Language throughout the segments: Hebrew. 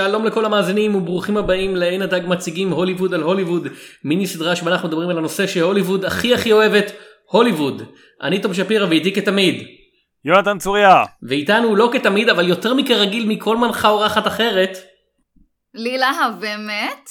שלום לכל המאזינים וברוכים הבאים לעין הדג מציגים הוליווד על הוליווד, מיני סדרה שבה אנחנו מדברים על הנושא שהוליווד הכי אוהבת, הוליווד. אני תום שפירא ואיתי כתמיד יונתן צוריה, ואיתנו לא כתמיד אבל יותר מכרגיל מכל מנחה אורחת אחרת, לי להב באמת.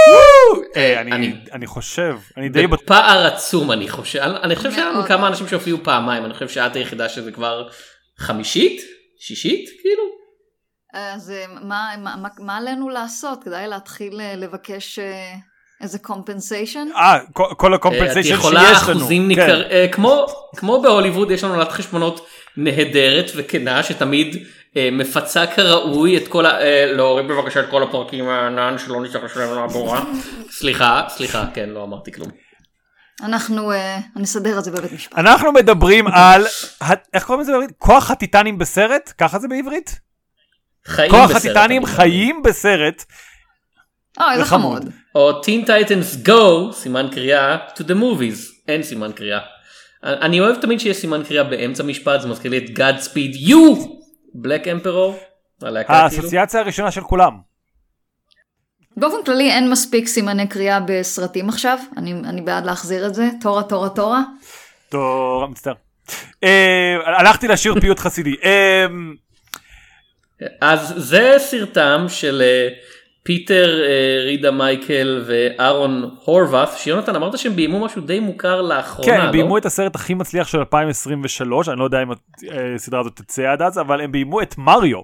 אני חושב, אני די בפער עצום. אני חושב שהיו כמה אנשים שהופיעו פעמיים, אני חושב שאת היחידה שזה כבר חמישית, שישית כאילו. אז מה עלינו לעשות? כדאי להתחיל לבקש איזה קומפנסיישן? כל הקומפנסיישן שיש לנו. את יכולה אחוזים כמו בהוליווד יש לנו עולת חשבונות נהדרת וכנה שתמיד מפצה כראוי את כל להוריד בבקשה את כל הפרקים הענן שלא נצטרך לשלם לנו עבורה. סליחה, כן, לא אמרתי כלום. אנחנו נסדר את זה בבית משפט. אנחנו מדברים על, איך קוראים לזה בעברית? כוח הטיטנים בסרט? ככה זה בעברית? כוח הטיטנים חיים בסרט. איזה חמוד. או Teen Titans Go, סימן קריאה, to the movies. אין סימן קריאה. אני אוהב תמיד שיש סימן קריאה באמצע משפט, זה מזכיר לי את Godspeed You, Black Emperor. האסוציאציה הראשונה של כולם. באופן כללי אין מספיק סימני קריאה בסרטים עכשיו, אני בעד להחזיר את זה, תורה. תורה, מצטער. הלכתי לשיר פיוט חסידי. אז זה סרטם של פיטר רידה מייקל וארון הורבאט, שיונתן אמרת שהם ביימו משהו די מוכר לאחרונה, כן, הם ביימו את הסרט הכי מצליח של 2023, אני לא יודע אם הסדרה הזאת תצא עד אז, אבל הם ביימו את מריו.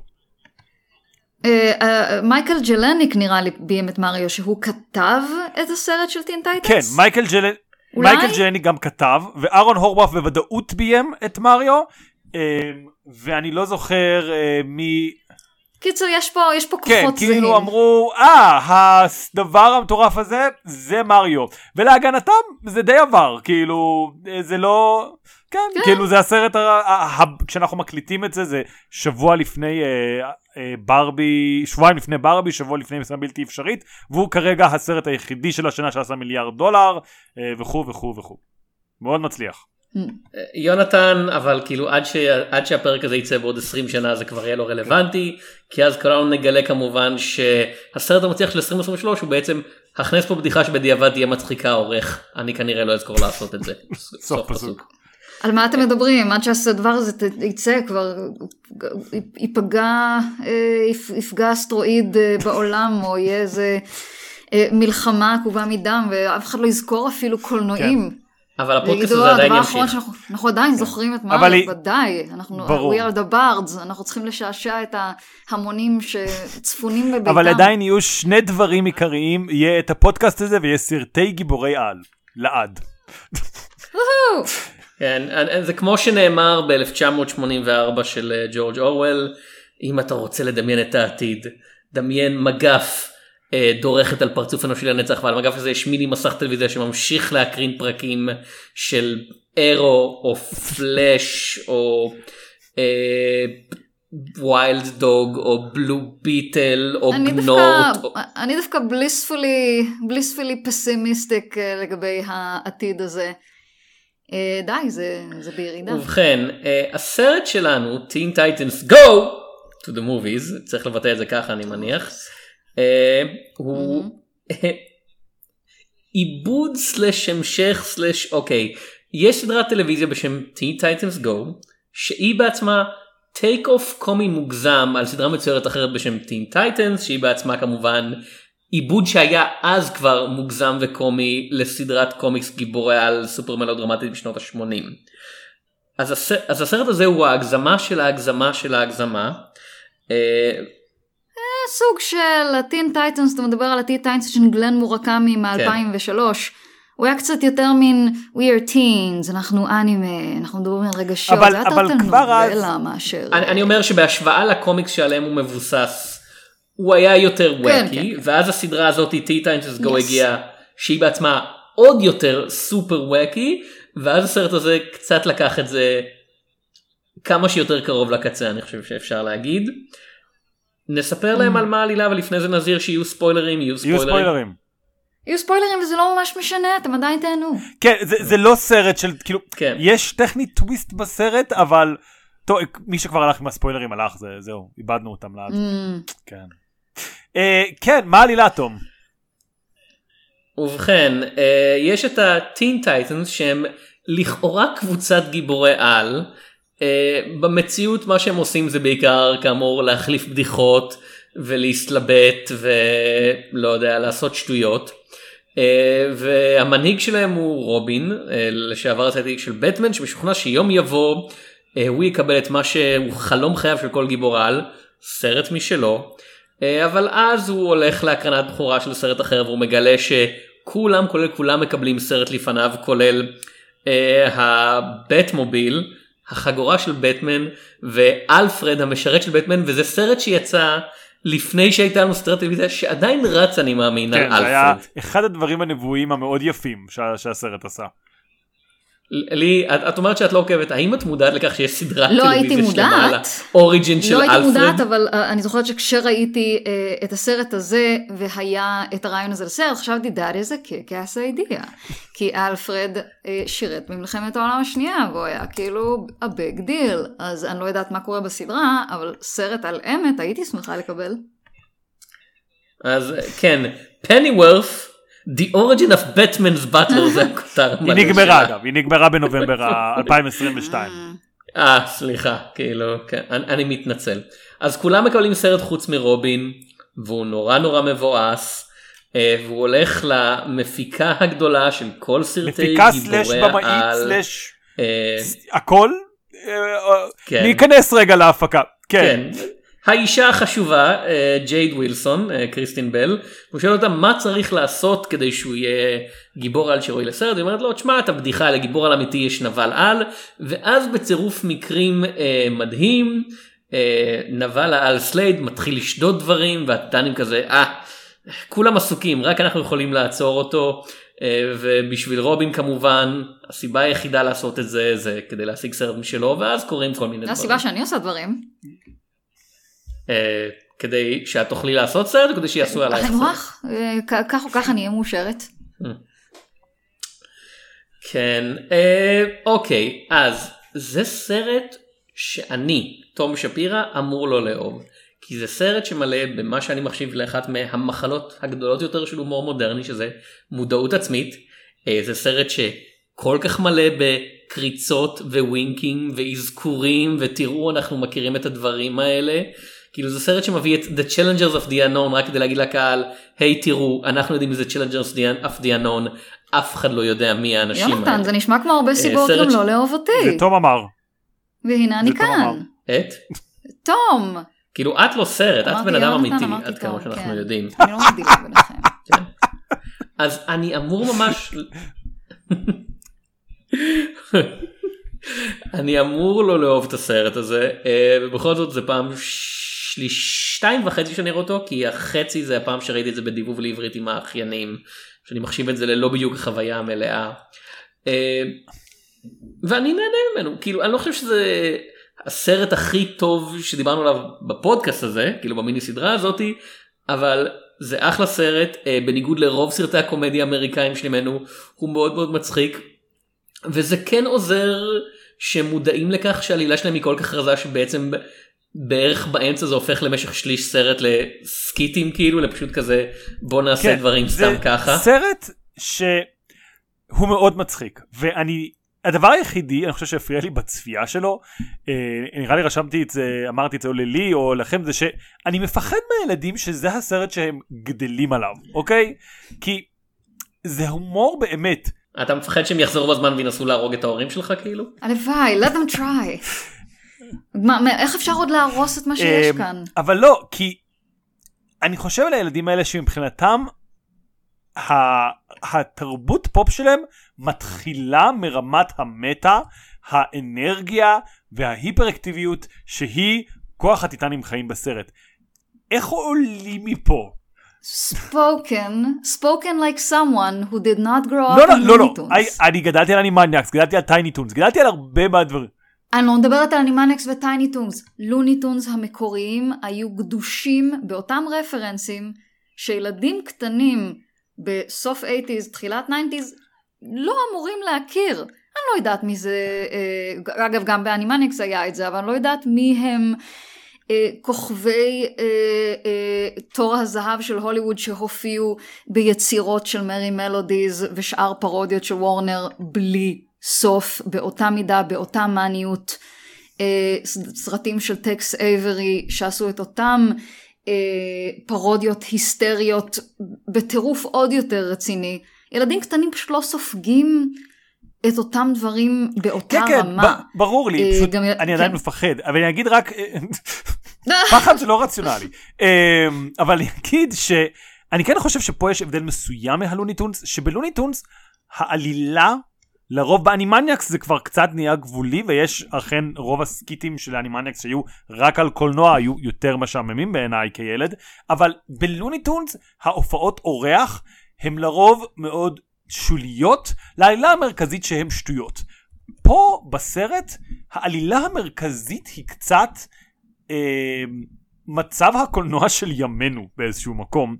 מייקל ג'לניק נראה לי ביים את מריו, שהוא כתב את הסרט של טין טייטנס? כן, מייקל ג'לניק גם כתב, וארון הורבאט בוודאות ביים את מריו, ואני לא זוכר מי... קיצור, יש פה כוחות זהים. כן, כאילו אמרו, הדבר המטורף הזה, זה מריו. ולהגנתם, זה די עבר, כאילו, זה לא... כן, כאילו זה הסרט, כשאנחנו מקליטים את זה, זה שבוע לפני ברבי, שבועיים לפני ברבי, שבוע לפני משימה בלתי אפשרית, והוא כרגע הסרט היחידי של השנה שעשה $1 מיליארד, וכו'. מאוד מצליח. יונתן, אבל כאילו עד שהפרק הזה יצא בעוד 20 שנה זה כבר יהיה לא רלוונטי, כי אז כולנו נגלה כמובן שהסרט המצליח של 2023 הוא בעצם הכנס פה בדיחה שבדיעבד תהיה מצחיקה עורך. אני כנראה לא אזכור לעשות את זה. סוף פסוק. על מה אתם מדברים? עד שהדבר הזה יצא כבר יפגע אסטרואיד בעולם, או יהיה איזה מלחמה עקובה מדם ואף אחד לא יזכור אפילו קולנועים. אבל הפודקאסט הזה עדיין ימשיך. אנחנו עדיין זוכרים את מריו, ודאי, we are the bards, אנחנו צריכים לשעשע את ההמונים שצפונים בביתם. אבל עדיין יהיו שני דברים עיקריים, יהיה את הפודקאסט הזה ויהיה סרטי גיבורי על, לעד. כן, זה כמו שנאמר ב-1984 של ג'ורג' אורוול, אם אתה רוצה לדמיין את העתיד, דמיין מגף דורכת על פרצוף אנושי לנצח, ועל המגף הזה יש מיני מסך טלוויזיה שממשיך להקרין פרקים של אירו או פלאש או ווילד דוג או בלו ביטל או גנות. אני דווקא בליספולי פסימיסטיק לגבי העתיד הזה. די, זה בירידה. ובכן, הסרט שלנו, Teen Titans Go to the movies, צריך לבטא את זה ככה אני מניח, הוא עיבוד סלש המשך סלש אוקיי, יש סדרת טלוויזיה בשם Teen Titans Go שהיא בעצמה טייק אוף קומי מוגזם על סדרה מצוירת אחרת בשם Teen Titans, שהיא בעצמה כמובן עיבוד שהיה אז כבר מוגזם וקומי לסדרת קומיקס גיבורי על סופר מלודרמטית בשנות ה-80. אז הסרט הזה הוא ההגזמה של ההגזמה של ההגזמה. סוג של הטין טייטנס, אתה מדבר על הטין טייטנס של גלן מורקאמי מ-2003, הוא היה קצת יותר מין we are teens, אנחנו אנימה, אנחנו מדברים על רגשות, זה היה יותר נובלה מאשר... אני אומר שבהשוואה לקומיקס שעליהם הוא מבוסס, הוא היה יותר ווקי, ואז הסדרה הזאת Teen Titans Go הגיעה, שהיא בעצמה עוד יותר סופר ווקי, ואז הסרט הזה קצת לקח את זה כמה שיותר קרוב לקצה, אני חושב שאפשר להגיד. נספר להם על מה העלילה, ולפני זה נזהיר שיהיו ספוילרים, יהיו ספוילרים וזה לא ממש משנה, אתם עדיין תהנו. כן, זה לא סרט של, כאילו, יש טכנית טוויסט בסרט, אבל, טוב, מי שכבר הלך עם הספוילרים הלך, זהו, איבדנו אותם לעד. כן. כן, מה עלילה תום? ובכן, יש את הטין טייטנס שהם לכאורה קבוצת גיבורי על. במציאות מה שהם עושים זה בעיקר כאמור להחליף בדיחות ולהסתלבט ולא יודע, לעשות שטויות. והמנהיג שלהם הוא רובין, לשעבר הסייטיק של בטמן, שמשוכנע שיום יבוא הוא יקבל את מה שהוא חלום חייו של כל גיבור על, סרט משלו. אבל אז הוא הולך להקרנת בחורה של סרט אחר והוא מגלה שכולם, כולל כולם מקבלים סרט לפניו, כולל הבטמוביל, החגורה של בטמן ואלפרד המשרת של בטמן, וזה סרט שיצא לפני שהייתה לנו סרט טלוויזיה שעדיין רץ אני מאמין על אלפרד. זה היה אחד הדברים הנבואים המאוד יפים שהסרט עשה. לי, את אומרת שאת לא עוקבת, האם את מודעת לכך שיש סדרת טלוויזיה שלמה על האוריג'ין של אלפרד? לא הייתי מודעת, אבל אני זוכרת שכשראיתי את הסרט הזה והיה את הרעיון הזה לסרט, חשבתי that is a kick-ass idea, כי אלפרד שירת במלחמת העולם השנייה, והוא היה כאילו a big deal, אז אני לא יודעת מה קורה בסדרה, אבל סרט על אמת הייתי שמחה לקבל. אז כן, פניוורף, The Origin of Batman's Butler, זה הכותר. היא נגמרה אגב, היא נגמרה בנובמבר 2022. סליחה, כאילו, כן, אני מתנצל. אז כולם מקבלים סרט חוץ מרובין, והוא נורא נורא מבואס, והוא הולך למפיקה הגדולה של כל סרטי גיבורי העל. מפיקה סלש במאית סלש הכל? ניכנס רגע להפקה. כן. האישה החשובה, ג'ייד ווילסון, קריסטין בל, הוא שואל אותה מה צריך לעשות כדי שהוא יהיה גיבור על שראוי לסרט, היא אומרת לו, תשמע, אתה בדיחה, לגיבור על אמיתי יש נבל על, ואז בצירוף מקרים מדהים, נבל על סלייד מתחיל לשדוד דברים, והטנים כזה, כולם עסוקים, רק אנחנו יכולים לעצור אותו, ובשביל רובין כמובן, הסיבה היחידה לעשות את זה, זה כדי להשיג סרט משלו, ואז קוראים כל מיני דברים. הסיבה שאני עושה דברים. כדי שאת תוכלי לעשות סרט או כדי שיעשו עלייך סרט? כך או כך אני אהיה מאושרת. כן, אוקיי, אז זה סרט שאני, תום שפירא, אמור לא לאהוב. כי זה סרט שמלא במה שאני מחשיב לאחת מהמחלות הגדולות יותר של הומור מודרני, שזה מודעות עצמית. זה סרט שכל כך מלא בקריצות וווינקינג ואזכורים, ותראו אנחנו מכירים את הדברים האלה. כאילו זה סרט שמביא את The Challengers of the Unknown רק כדי להגיד לקהל, היי תראו, אנחנו יודעים איזה Challengers of the Unknown, אף אחד לא יודע מי האנשים האלה. יונתן, זה נשמע כמו הרבה סיבות גם לא לאהוב אותי. זה תום אמר. והנה אני כאן. את? תום. כאילו את לא סרט, את בן אדם אמיתי, עד כמה שאנחנו יודעים. אני לא מבדילה ביניכם. אז אני אמור ממש... אני אמור לא לאהוב את הסרט הזה, ובכל זאת זה פעם 2.5 שאני רואה אותו, כי החצי זה הפעם שראיתי את זה בדיבוב לעברית עם האחיינים, שאני מחשיב את זה ללא בדיוק החוויה המלאה, ואני נהנה ממנו, כאילו אני לא חושב שזה הסרט הכי טוב שדיברנו עליו בפודקאסט הזה, כאילו במיני סדרה הזאתי, אבל זה אחלה סרט, בניגוד לרוב סרטי הקומדיה האמריקאים שלנו, הוא מאוד מאוד מצחיק, וזה כן עוזר שמודעים לכך שהעלילה שלהם היא כל כך רזה שבעצם בערך באמצע זה הופך למשך שליש סרט לסקיטים כאילו, לפשוט כזה בוא נעשה דברים סתם ככה. זה סרט שהוא מאוד מצחיק, הדבר היחידי אני חושב שהפריע לי בצפייה שלו, נראה לי רשמתי את זה, אמרתי את זה או ללי או לכם, זה שאני מפחד מהילדים שזה הסרט שהם גדלים עליו, אוקיי? כי זה הומור באמת. אתה מפחד שהם יחזרו בזמן וינסו להרוג את ההורים שלך כאילו? הלוואי, let them try. איך אפשר עוד להרוס את מה שיש כאן? אבל לא, כי אני חושב על הילדים האלה שמבחינתם התרבות פופ שלהם מתחילה מרמת המטה, האנרגיה וההיפראקטיביות שהיא כוח הטיטנים חיים בסרט. איך עולים מפה? spoken like someone who did not grow up in Looney Tunes. אני גדלתי על אנימניאקס, גדלתי על טייני טונס, גדלתי על הרבה מהדברים. אני לא מדברת על אנימניאקס וטייני טונס. לוני טונס המקוריים היו גדושים באותם רפרנסים שילדים קטנים בסוף 80s, תחילת 90s, לא אמורים להכיר. אני לא יודעת מי זה, אגב גם באנימניאקס היה את זה, אבל אני לא יודעת מי הם כוכבי תור הזהב של הוליווד שהופיעו ביצירות של מרי מלודיז ושאר פרודיות של וורנר בלי סוף, באותה מידה, באותה מניות, סרטים של טקס אייברי שעשו את אותם פרודיות היסטריות בטירוף עוד יותר רציני. ילדים קטנים פשוט לא סופגים את אותם דברים באותה רמה. כן, ברור לי, פשוט אני עדיין מפחד, אבל אני אגיד רק, פחד זה לא רציונלי, אבל אני אגיד שאני כן חושב שפה יש הבדל מסוים מהלוני טונס, שבלוני טונס העלילה, לרוב באנימניאקס זה כבר קצת נהיה גבולי, ויש אכן רוב הסקיטים של האנימניאקס שהיו רק על קולנוע, היו יותר משעממים בעיניי כילד, אבל בלוני טונס ההופעות אורח הם לרוב מאוד שוליות, לעלילה המרכזית שהן שטויות. פה בסרט העלילה המרכזית היא קצת מצב הקולנוע של ימינו באיזשהו מקום,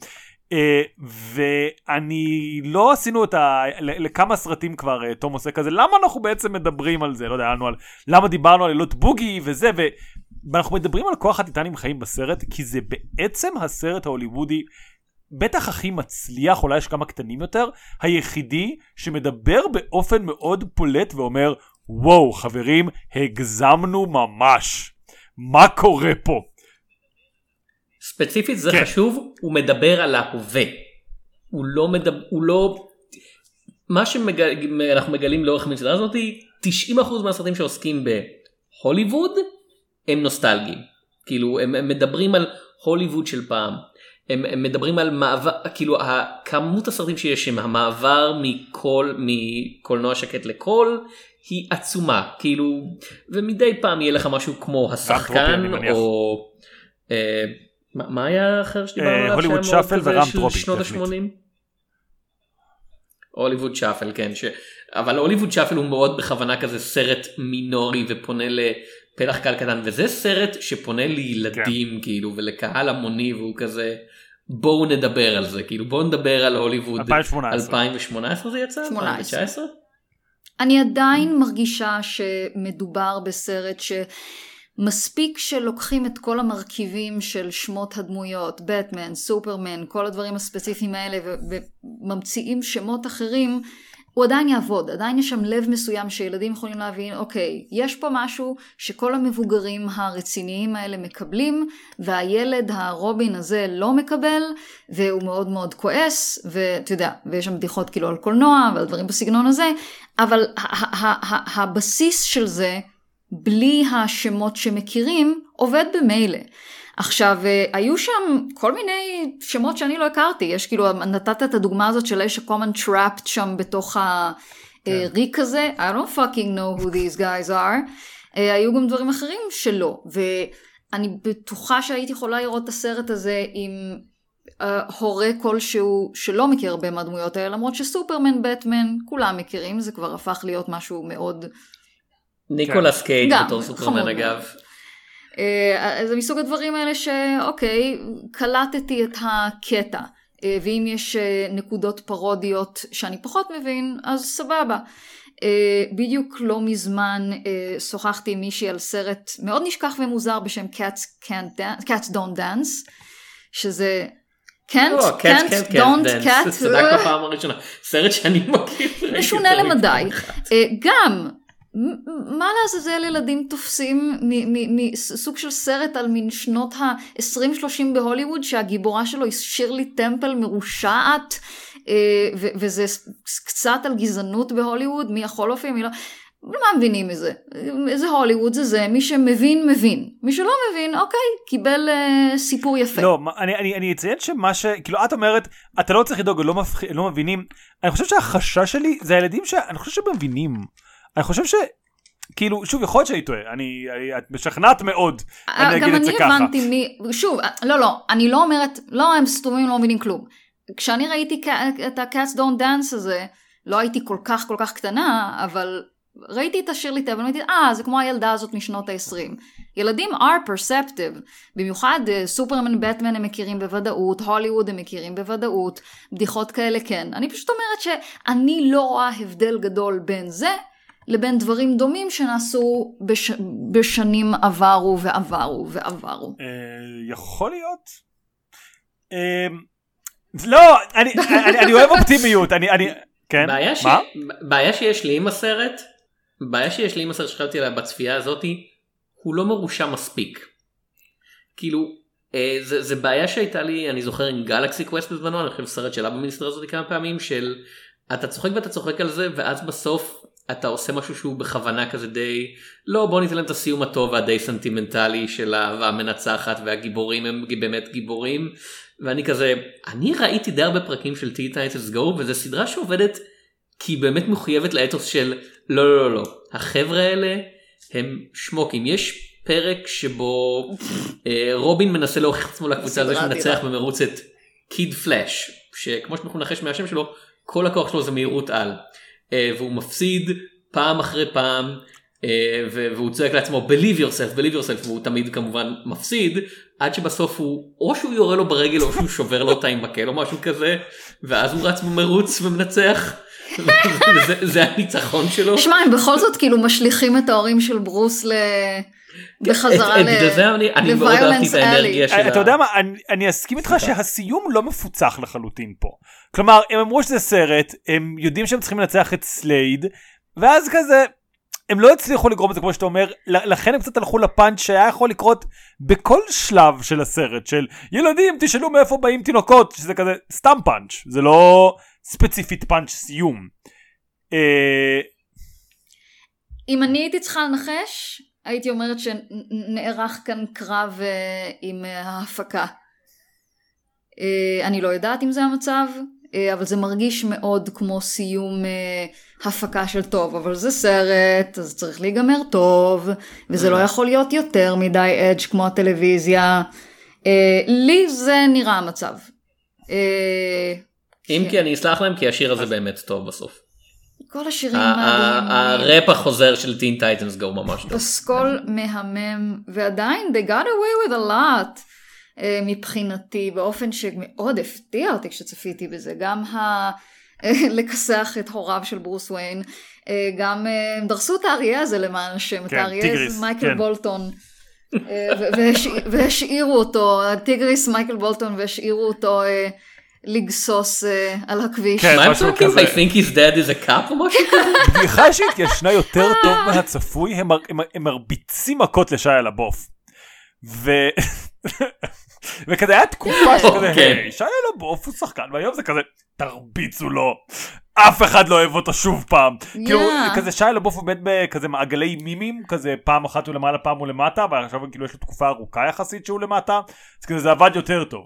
ואני לא עשינו לכמה סרטים כבר תום עושה כזה, למה אנחנו בעצם מדברים על זה, לא יודע, למה דיברנו על לילות בוגי וזה, ואנחנו מדברים על כוח הטיטנים חיים בסרט, כי זה בעצם הסרט ההוליוודי בטח הכי מצליח, אולי יש כמה קטנים יותר, היחידי שמדבר באופן מאוד פולט ואומר, וואו חברים, הגזמנו ממש, מה קורה פה? ספציפית זה כן. חשוב, הוא מדבר על ההווה, הוא לא, מה שאנחנו מגלים לאורך המצדה הזאת, 90% מהסרטים שעוסקים בהוליווד, הם נוסטלגיים, כאילו הם מדברים על הוליווד של פעם, הם מדברים על מעבר, כאילו כמות הסרטים שיש שם, המעבר מקולנוע שקט לקול, היא עצומה, כאילו, ומדי פעם יהיה לך משהו כמו השחקן, או מה היה אחר שדיברנו עליו? הוליווד שפל ורמטרופי. שנות ה-80? הוליווד שפל, כן. אבל הוליווד שפל הוא מאוד בכוונה כזה סרט מינורי ופונה לפלח קהל קטן, וזה סרט שפונה לילדים כאילו ולקהל המוני, והוא כזה בואו נדבר על זה, כאילו בואו נדבר על הוליווד 2018 זה יצא? 2019? אני עדיין מרגישה שמדובר בסרט מספיק שלוקחים את כל המרכיבים של שמות הדמויות, בטמן, סופרמן, כל הדברים הספציפיים האלה וממציאים שמות אחרים, הוא עדיין יעבוד, עדיין יש שם לב מסוים שילדים יכולים להבין, אוקיי, יש פה משהו שכל המבוגרים הרציניים האלה מקבלים, והילד הרובין הזה לא מקבל, והוא מאוד מאוד כועס, ואתה יודע, ויש שם בדיחות כאילו על קולנוע ועל דברים בסגנון הזה, אבל הבסיס של זה, בלי השמות שמכירים, עובד במילא. עכשיו, היו שם כל מיני שמות שאני לא הכרתי, יש כאילו, נתת את הדוגמה הזאת של איש ה-common trapped שם בתוך הריק הזה, I don't fucking know who these guys are, היו גם דברים אחרים שלא, ואני בטוחה שהייתי יכולה לראות את הסרט הזה עם הורה כלשהו שלא מכיר הרבה מהדמויות האלה, למרות שסופרמן, בטמן, כולם מכירים, זה כבר הפך להיות משהו מאוד ניקולס קייג' בתור סופרמן אגב. זה מסוג הדברים האלה שאוקיי, קלטתי את הקטע, ואם יש נקודות פרודיות שאני פחות מבין, אז סבבה. בדיוק לא מזמן שוחחתי עם מישהי על סרט מאוד נשכח ומוזר בשם Cats Don't Dance, שזה Can't Don't Cat. צדק בפעם הראשונה. סרט שאני מכיר. משונה למדי. גם מה לעזאזל ילדים תופסים מסוג של סרט על מין שנות ה-20-30 בהוליווד, שהגיבורה שלו היא שירלי טמפל מרושעת, וזה קצת על גזענות בהוליווד, מי יכול להופיע, מי לא, מה מבינים מזה? איזה הוליווד זה, מי שמבין, מבין. מי שלא מבין, אוקיי, קיבל סיפור יפה. לא, אני אציין שמה כאילו את אומרת, אתה לא צריך לדאוג, לא מבינים, אני חושב שהחשש שלי, זה הילדים שאני חושב שמבינים. אני חושב כאילו, שוב, יכול להיות שהיא טועה, את משכנעת מאוד, אני אגיד את זה ככה. גם אני הבנתי שוב, לא, אני לא אומרת, לא, הם סתומים, לא מבינים כלום. כשאני ראיתי את ה-Cats Don't Dance הזה, לא הייתי כל כך קטנה, אבל ראיתי את השיר לי טבע, ואמרתי, זה כמו הילדה הזאת משנות ה-20. ילדים are perceptive, במיוחד סופרמן, בטמן הם מכירים בוודאות, הוליווד הם מכירים בוודאות, בדיחות כאלה כן. אני פשוט אומרת שאני לא רואה הבדל גדול בין זה, לבין דברים דומים שנעשו בשנים עברו ועברו ועברו. יכול להיות. לא, אני אוהב אופטימיות, כן? בעיה שיש לי עם הסרט, שחשבתי עליה בצפייה הזאת, הוא לא מרושע מספיק. כאילו, זה בעיה שהייתה לי, אני זוכר עם גלקסי קווסט בזמנו, אני חושב סרט שלה במיניסטר הזאת כמה פעמים, של אתה צוחק ואתה צוחק על זה, ואז בסוף אתה עושה משהו שהוא בכוונה כזה די, לא בוא ניתן להם את הסיום הטוב והדי סנטימנטלי של האהבה המנצחת, והגיבורים הם באמת גיבורים, ואני כזה, אני ראיתי די הרבה פרקים של Teen Titans Go, וזו סדרה שעובדת, כי היא באמת מחויבת לאתוס של, לא, החבר'ה האלה הם שמוקים, יש פרק שבו רובין מנסה להוכיח עצמו לקבוצה הזה שמנצח במרוץ את קיד פלאש, שכמו שאנחנו נחש מהשם שלו, כל הכוח שלו זה מהירות על, והוא מפסיד פעם אחרי פעם, והוא צועק לעצמו believe yourself, והוא תמיד כמובן מפסיד, עד שבסוף הוא, או שהוא יורה לו ברגל, או שהוא שובר לו אותה עם מקל או משהו כזה, ואז הוא רץ במרוץ ומנצח, זה הניצחון שלו. שמע, הם בכל זאת כאילו משליכים את ההורים של ברוס בחזרה אני מאוד אהבתי את האנרגיה שלה. אתה יודע מה, אני אסכים איתך שהסיום לא מפוצח לחלוטין פה. כלומר, הם אמרו שזה סרט, הם יודעים שהם צריכים לנצח את סלייד, ואז כזה, הם לא הצליחו לגרום את זה כמו שאתה אומר, לכן הם קצת הלכו לפאנץ' שהיה יכול לקרות בכל שלב של הסרט, של ילדים תשאלו מאיפה באים תינוקות, שזה כזה סתם פאנץ', זה לא ספציפית פאנץ' סיום. אם אני הייתי צריכה לנחש, הייתי אומרת שנערך כאן קרב עם ההפקה. אני לא יודעת אם זה המצב, אבל זה מרגיש מאוד כמו סיום הפקה של טוב, אבל זה סרט, אז צריך להיגמר טוב, וזה לא יכול להיות יותר מדי אדג' כמו הטלוויזיה. לי זה נראה המצב. אם כי אני אסלח להם, כי השיר הזה באמת טוב בסוף. כל השירים מדהים. הראפ החוזר של Teen Titans Go ממש טוב. פסקול מהמם, ועדיין they got away with a lot מבחינתי, באופן שמאוד הפתיע אותי כשצפיתי בזה, גם לכסח את הוריו של ברוס וויין, גם דרסו את האריה הזה למען השם, את האריה מייקל בולטון, והשאירו אותו, טיגריס מייקל בולטון, והשאירו אותו לגסוס על הכביש. מה הם צועקים? I think his dad is a cop או משהו כזה? בדיחה שהתיישנה יותר טוב מהצפוי, הם מרביצים מכות לשי על הבוף. וכזה היה תקופה שכזה, שי על הבוף הוא שחקן, והיום זה כזה, תרביצו לו, אף אחד לא אוהב אותו שוב פעם. כאילו, כזה שי על הבוף הוא באמת בכזה מעגלי מימים, כזה פעם אחת הוא למעלה, פעם הוא למטה, ועכשיו כאילו יש לו תקופה ארוכה יחסית שהוא למטה, אז כזה זה עבד יותר טוב.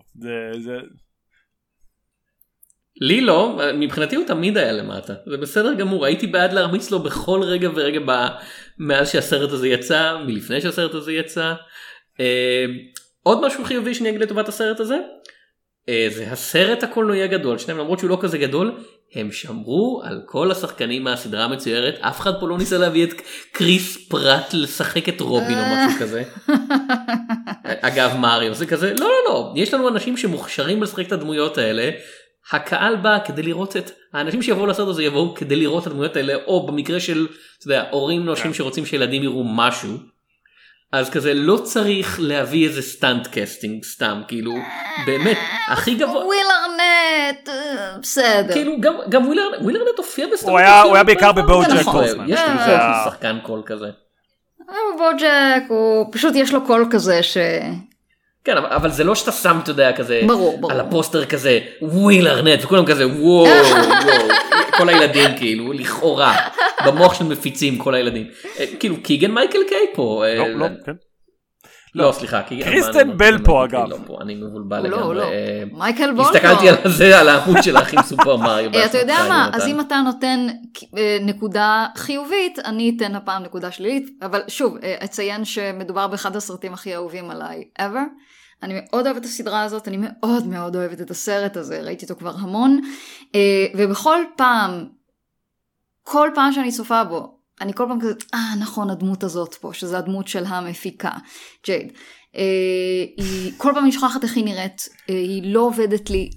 לי לא, מבחינתי הוא תמיד היה למטה, זה בסדר גמור, הייתי בעד להרביץ לו בכל רגע ורגע מאז שהסרט הזה יצא, מלפני שהסרט הזה יצא. עוד משהו חיובי שאני אגיד לטובת הסרט הזה, זה הסרט הקולנועי הגדול, שניים למרות שהוא לא כזה גדול, הם שמרו על כל השחקנים מהסדרה המצוירת, אף אחד פה לא ניסה להביא את קריס פרט לשחק את רובין או משהו כזה. אגב מריו, זה כזה, לא, יש לנו אנשים שמוכשרים לשחק את הדמויות האלה, הקהל בא כדי לראות את, האנשים שיבואו לסרט הזה יבואו כדי לראות את הדמויות האלה, או במקרה של, אתה יודע, הורים נושים שרוצים שילדים יראו משהו, אז כזה לא צריך להביא איזה סטנט קסטינג סתם, כאילו, באמת, הכי גבוה. וויל ארנט, בסדר. כאילו, גם וויל ארנט הופיע בסטנט. הוא היה בעיקר בבוג'ק קורסמן. יש לי שחקן קול כזה. בבוג'ק, פשוט יש לו קול כזה ש... כן, אבל זה לא שאתה שם, אתה יודע, כזה, ברור. על הפוסטר כזה, וויל ארנט, וכולם כזה, וואו, כל הילדים כאילו, לכאורה, במוח של מפיצים כל הילדים. כאילו, קיגן מייקל קיי פה. לא, כן. לא, סליחה. קריסטן בל פה, אגב. אני מבולבל לגמרי. מייקל בולטון. הסתכלתי על זה, על העמוד של האחים סופר מריו. אתה יודע מה, אז אם אתה נותן נקודה חיובית, אני אתן הפעם נקודה שלילית, אבל שוב, אציין שמדובר באחד הסרטים הכי אהובים עליי ever. אני מאוד אוהבת את הסדרה הזאת, אני מאוד מאוד אוהבת את הסרט הזה, ראיתי אותו כבר המון, ובכל פעם, כל פעם שאני צופה בו, אני כל פעם כזה, נכון, הדמות הזאת פה, שזו הדמות של המפיקה, ג'ייד. כל פעם אני שוכחת איך היא נראית, היא לא עובדת לי,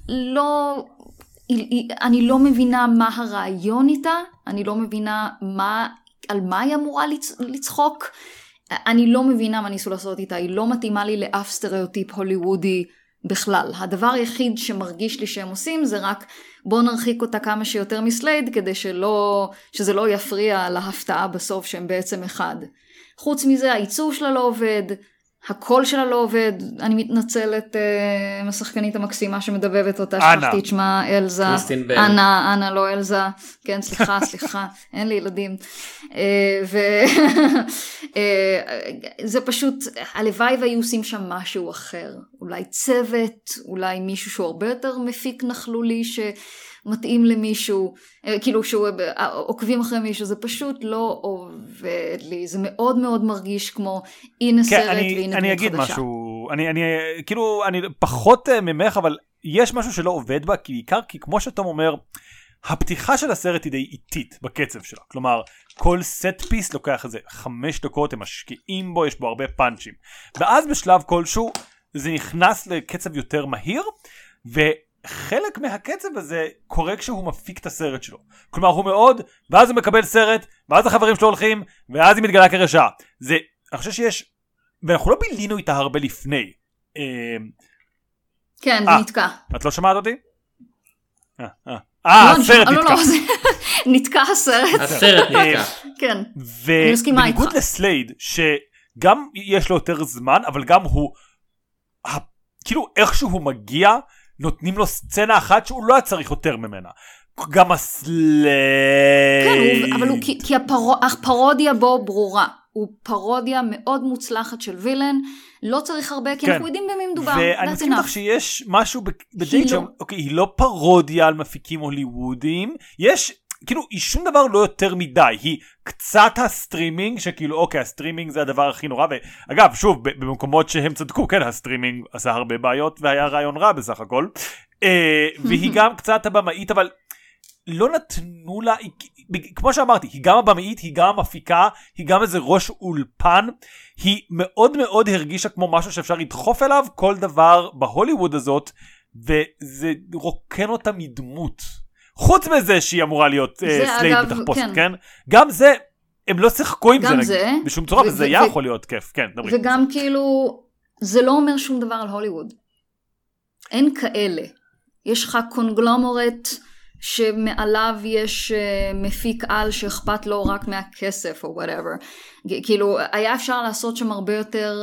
אני לא מבינה מה הרעיון איתה, אני לא מבינה מה על מה היא אמורה לצחוק? אני לא מבינה מה ניסו לעשות איתה, היא לא מתאימה לי לאף סטריאוטיפ הוליוודי בכלל. הדבר היחיד שמרגיש לי שהם עושים זה רק בוא נרחיק אותה כמה שיותר מסלייד, כדי שזה לא יפריע להפתעה בסוף שהם בעצם אחד. חוץ מזה, העיצוב שלה לא עובד, הקול שלה לא עובד, אני מתנצלת משחקנית המקסימה שמדבבת אותה, שכחתי את שמה, אלזה, אנה, לא אלזה, כן, סליחה, אין לי ילדים. זה פשוט, הלוואי והיו עושים שם משהו אחר, אולי צוות, אולי מישהו שהוא הרבה יותר מפיק נכלולי שמתאים למישהו, כאילו שהוא עוקבים אחרי מישהו, זה פשוט לא עובד לי, זה מאוד מאוד מרגיש כמו הנה סרט והנה דמות חדשה. אני אגיד משהו, אני פחות ממך, אבל יש משהו שלא עובד בה, בעיקר כי כמו שתום אומר, הפתיחה של הסרט היא די איטית בקצב שלה, כלומר כל סט פיס לוקח איזה 5 דקות, הם משקיעים בו, יש בו הרבה פאנצ'ים, ואז בשלב כלשהו זה נכנס לקצב יותר מהיר, וחלק מהקצב הזה קורה כשהוא מפיק את הסרט שלו, כלומר הוא מאוד, ואז הוא מקבל סרט, ואז החברים שלו הולכים, ואז היא מתגלה כרשעה. זה, אני חושב שיש, ואנחנו לא בילינו איתה הרבה לפני. כן, זה נתקע. את לא שמעת אותי? הסרט נתקע. נתקע הסרט. הסרט נתקע. כן, אני מסכימה איתך. ובניגוד לסלייד, שגם יש לו יותר זמן, אבל גם הוא, כאילו איכשהו הוא מגיע, נותנים לו סצנה אחת שהוא לא צריך יותר ממנה. גם הסלייד. כן, אבל כי הפרודיה בו ברורה. הוא פרודיה מאוד מוצלחת של וילן, לא צריך הרבה, כי אנחנו יודעים במי מדובר. ואני מסכים לך שיש משהו בג'ייד שם, אוקיי, היא לא פרודיה על מפיקים הוליוודיים, יש, כאילו, היא שום דבר לא יותר מדי, היא קצת הסטרימינג, שכאילו, אוקיי, הסטרימינג זה הדבר הכי נורא, ואגב, שוב, במקומות שהם צדקו, כן, הסטרימינג עשה הרבה בעיות, והיה רעיון רע בסך הכל, והיא גם קצת הבמאית, אבל לא נתנו לה, כמו שאמרתי, היא גם הבמאית, היא גם המפיקה, היא גם איזה ראש אולפן, היא מאוד מאוד הרגישה כמו משהו שאפשר לדחוף אליו כל דבר בהוליווד הזאת, וזה רוקן אותה מדמות. חוץ מזה שהיא אמורה להיות סלייד בתחפושת, כן? גם זה, הם לא שיחקו עם זה בשום צורה, וזה היה יכול להיות כיף, כן, דברי. וגם כאילו, זה לא אומר שום דבר על הוליווד. אין כאלה. יש לך קונגלומורט שמעליו יש מפיק על שאכפת לו רק מהכסף או whatever. כאילו, היה אפשר לעשות שם הרבה יותר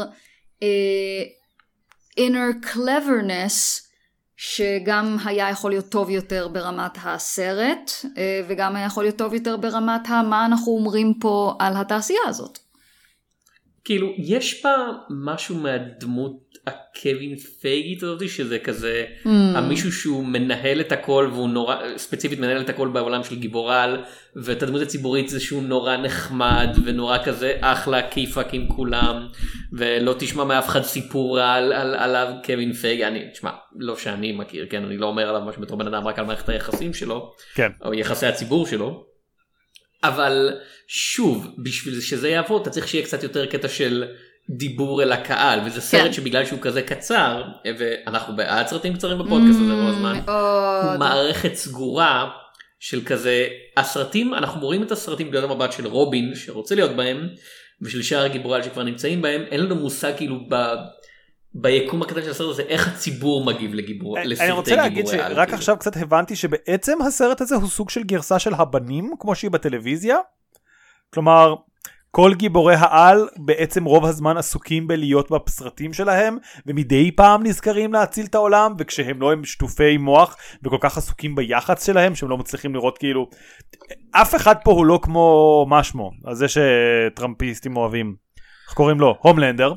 inner cleverness, שגם היה יכול להיות טוב יותר ברמת הסרט, וגם היה יכול להיות טוב יותר ברמת מה אנחנו אומרים פה על התעשייה הזאת. כאילו, יש בה משהו מהדמות הקווין פייגית הזאת, שזה כזה, המישהו שהוא מנהל את הכל, והוא נורא, ספציפית מנהל את הכל בעולם של גיבורל, ואת הדמות הציבורית זה שהוא נורא נחמד, ונורא כזה אחלה כיפק עם כולם, ולא תשמע מאף אחד סיפור עליו קווין פייג, תשמע, לא שאני מכיר, כן, אני לא אומר עליו משהו בתור בן אדם, רק על מערכת היחסים שלו, כן. או יחסי הציבור שלו, אבל שוב, בשביל שזה יעבוד, אתה צריך שיהיה קצת יותר קטע של דיבור אל הקהל, וזה סרט שבגלל שהוא כזה קצר, ואנחנו בעד סרטים קצרים בפודקאסט הזה לא הזמן, הוא מערכת סגורה של כזה, הסרטים, אנחנו רואים את הסרטים בגלל המבט של רובין, שרוצה להיות בהם, ושל שאר הגיבורל שכבר נמצאים בהם, אין לנו מושג כאילו ביקום הקטן של הסרט הזה, איך הציבור מגיב לסרטי גיבורי על. אני רוצה להגיד שרק עכשיו קצת הבנתי שבעצם הסרט הזה הוא סוג של גרסה של הבנים, כמו שהיא בטלוויזיה. כלומר, כל גיבורי העל בעצם רוב הזמן עסוקים בלהיות בסרטים שלהם, ומדי פעם נזכרים להציל את העולם, וכשהם לא הם שטופי מוח, וכל כך עסוקים ביחץ שלהם, שהם לא מצליחים לראות כאילו, אף אחד פה הוא לא כמו מה שמו, אז זה שטראמפיסטים אוהבים, איך קוראים לו? הומלנדר.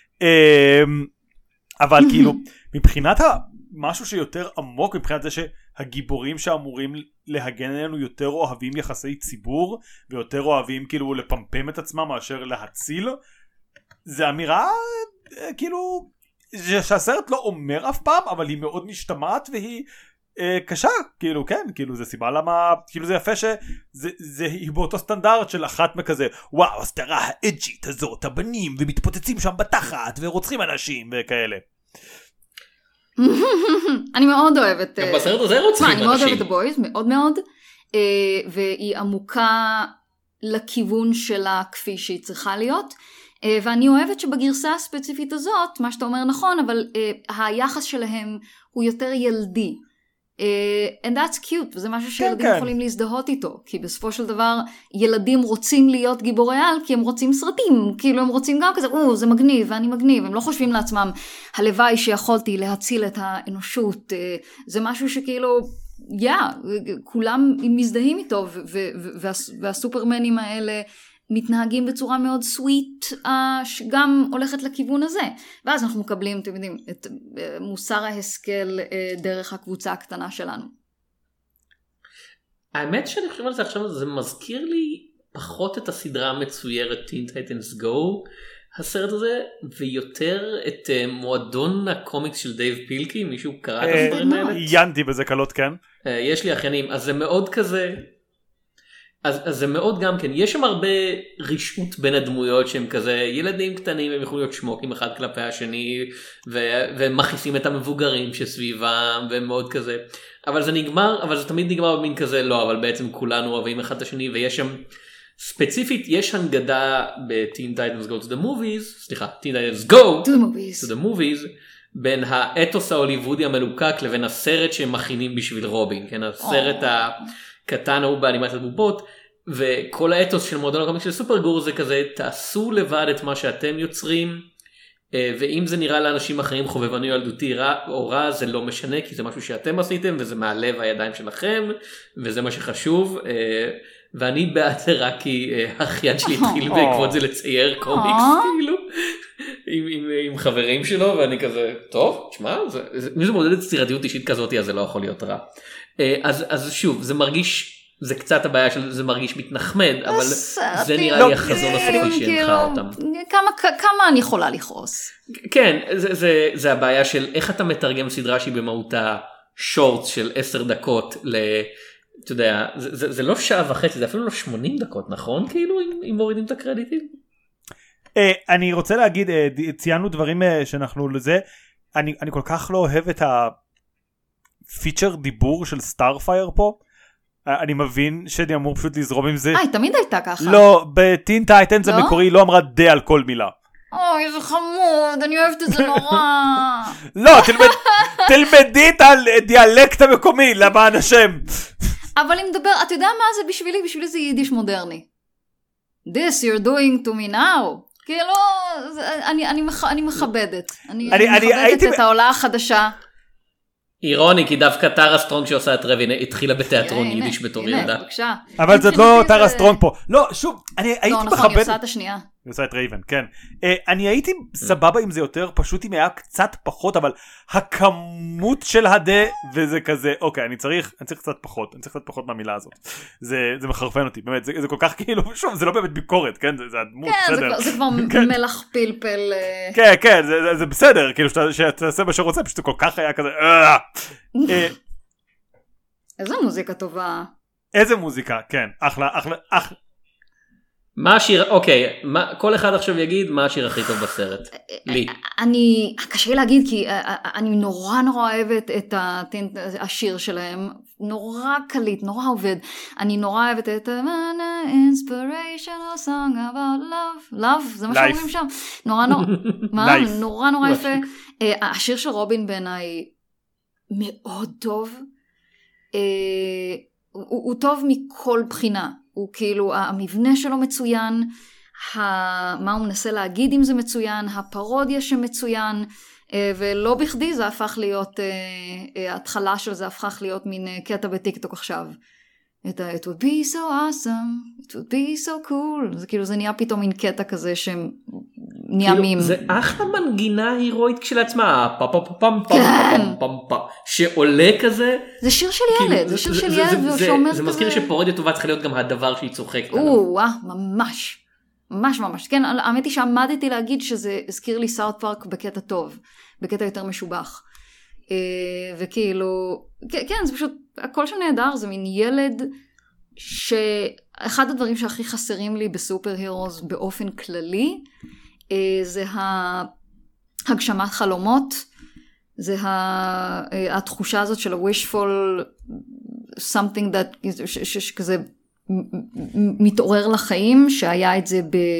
אבל כאילו, מבחינת משהו שיותר עמוק, מבחינת זה שהגיבורים שאמורים להגן עלינו יותר אוהבים יחסי ציבור, ויותר אוהבים כאילו לפמפם את עצמם מאשר להציל, זה אמירה כאילו, שהסרט לא אומר אף פעם, אבל היא מאוד משתמעת והיא קשה, כאילו כן, כאילו זה סיבה למה, כאילו זה יפה שזה היא באותו סטנדרט של אחת מכזה, וואו, הסתרה האג'ית הזאת, הבנים, ומתפוצצים שם בתחת, ורוצחים אנשים וכאלה. אני מאוד אוהבת, בסרט הזה רוצחים אנשים. אני מאוד אוהבת הבויז, מאוד מאוד, והיא עמוקה לכיוון שלה כפי שהיא צריכה להיות, ואני אוהבת שבגרסה הספציפית הזאת, מה שאתה אומר נכון, אבל היחס שלהם הוא יותר ילדי. And that's cute, וזה משהו שילדים יכולים להזדהות איתו, כי בסופו של דבר ילדים רוצים להיות גיבורי על, כי הם רוצים סרטים, כאילו הם רוצים גם כזה, זה מגניב ואני מגניב, הם לא חושבים לעצמם, הלוואי שיכולתי להציל את האנושות, זה משהו שכאילו, כולם מזדהים איתו, והסופרמנים האלה מתנהגים בצורה מאוד סוויט, שגם הולכת לכיוון הזה. ואז אנחנו מקבלים, אתם יודעים, את מוסר ההשכל דרך הקבוצה הקטנה שלנו. האמת שאני חושב על זה עכשיו, זה מזכיר לי פחות את הסדרה המצוירת Teen Titans Go, הסרט הזה, ויותר את מועדון הקומיקס של דייב פילקי, מישהו קרא את הסדרים האלה? עיינתי בזה קלות, כן. יש לי אחיינים, אז זה מאוד כזה... אז זה מאוד גם כן, יש שם הרבה רישות בין הדמויות שהם כזה ילדים קטנים, הם יכולים להיות שמוקים אחד כלפי השני, והם מכניסים את המבוגרים שסביבם, והם מאוד כזה, אבל זה נגמר, אבל זה תמיד נגמר במין כזה, לא, אבל בעצם כולנו אוהבים אחד את השני, ויש שם, ספציפית, יש הנגדה ב-Teen Titans Go to the Movies, סליחה, Teen Titans Go to the Movies, בין האתוס ההוליוודי המלוקק לבין הסרט שהם מכינים בשביל רובין, כן, הסרט קטן הוא באנימציות בובות, וכל האתוס של מועדון הקומיקס של סופרגור זה כזה, תעשו לבד את מה שאתם יוצרים, ואם זה נראה לאנשים אחרים חובבני או ילדותי או רע, זה לא משנה, כי זה משהו שאתם עשיתם, וזה מהלב הידיים שלכם, וזה מה שחשוב, ואני בעד זה רק כי האחיין שלי התחיל בעקבות זה לצייר קומיקס, כאילו, עם חברים שלו, ואני כזה, טוב, תשמע, מי זה מודדת סטירתיות אישית כזאת, אז זה לא יכול להיות רע. אז שוב, זה מרגיש, זה קצת הבעיה של זה מרגיש מתנחמד, אבל זה נראה לי החזון הסופי שהנחה אותם. כמה אני יכולה לכעוס? כן, זה הבעיה של איך אתה מתרגם סדרה שהיא במהותה שורט של 10 דקות אתה יודע, זה לא שעה וחצי, זה אפילו לא 80 דקות, נכון? כאילו, אם מורידים את הקרדיטים? אני רוצה להגיד, ציינו דברים שאנחנו לזה, אני כל כך לא אוהב את הפיצ'ר דיבור של סטארפייר פה, אני מבין שאני אמור פשוט לזרום עם זה. תמיד הייתה ככה. לא, בטין טייטנס המקורי לא אמרה די על כל מילה. אוי, זה חמוד, אני אוהבת את זה נורא. לא, תלמדי את הדיאלקט המקומי, למען השם. אבל אם מדבר, אתה יודע מה זה בשבילי? בשבילי זה יידיש מודרני. This you're doing to me now. כאילו, אני מכבדת. אני מכבדת את העולה החדשה. אירוני, כי דווקא טרה סטרונג שעושה את רבי התחילה בתיאטרון יידיש בתור ילדה. אבל זאת לא טרה סטרונג פה. לא, שוב, אני הייתי מכבד... לא, נכון, היא עושה את השנייה. היא עושה את רייבן, כן. אני הייתי סבבה עם זה יותר, פשוט אם היה קצת פחות, אבל הכמות של הדה, וזה כזה, אוקיי, אני צריך קצת פחות מהמילה הזאת. זה מחרפן אותי, באמת, זה כל כך כאילו, שוב, זה לא באמת ביקורת, כן? זה הדמות, בסדר. כן, זה כבר מלח פלפל. כן, כן, זה בסדר, כאילו, שתעשה מה שרוצה, פשוט זה כל כך היה כזה, איזה מוזיקה טובה. איזה מוזיקה, כן, אחלה. מה השיר, אוקיי, כל אחד עכשיו יגיד מה השיר הכי טוב בסרט. לי. קשה להגיד כי אני נורא אוהבת את השיר שלהם, נורא קליט, נורא עובד. אני נורא אוהבת את inspirational song about love, זה מה שאומרים שם. נורא יפה. השיר של רובין בעיניי מאוד טוב. הוא טוב מכל בחינה. הוא כאילו, המבנה שלו מצוין, מה הוא מנסה להגיד אם זה מצוין, הפרודיה שמצוין, ולא בכדי זה הפך להיות, ההתחלה של זה הפך להיות מין קטע בטיקטוק עכשיו. It would be so awesome, it would be so cool, זה כאילו זה נהיה פתאום מין קטע כזה שנהיה מים. זה אחלה מנגינה הירואית כשלעצמה, שעולה כזה. זה שיר של ילד, זה שיר של ילד שאומר כזה. זה מזכיר שפרודיה טובה צריכה להיות גם הדבר שהיא צוחקת עליו. ממש. כן, האמת היא שעמדתי להגיד שזה הזכיר לי סאוט פארק בקטע טוב, בקטע יותר משובח. וכאילו, כן, זה פשוט, הכל שנהדר, זה מין ילד שאחד הדברים שהכי חסרים לי בסופר הירוס באופן כללי, זה הגשמת חלומות, זה התחושה הזאת של ה-wishful something that, שכזה מתעורר לחיים, שהיה את זה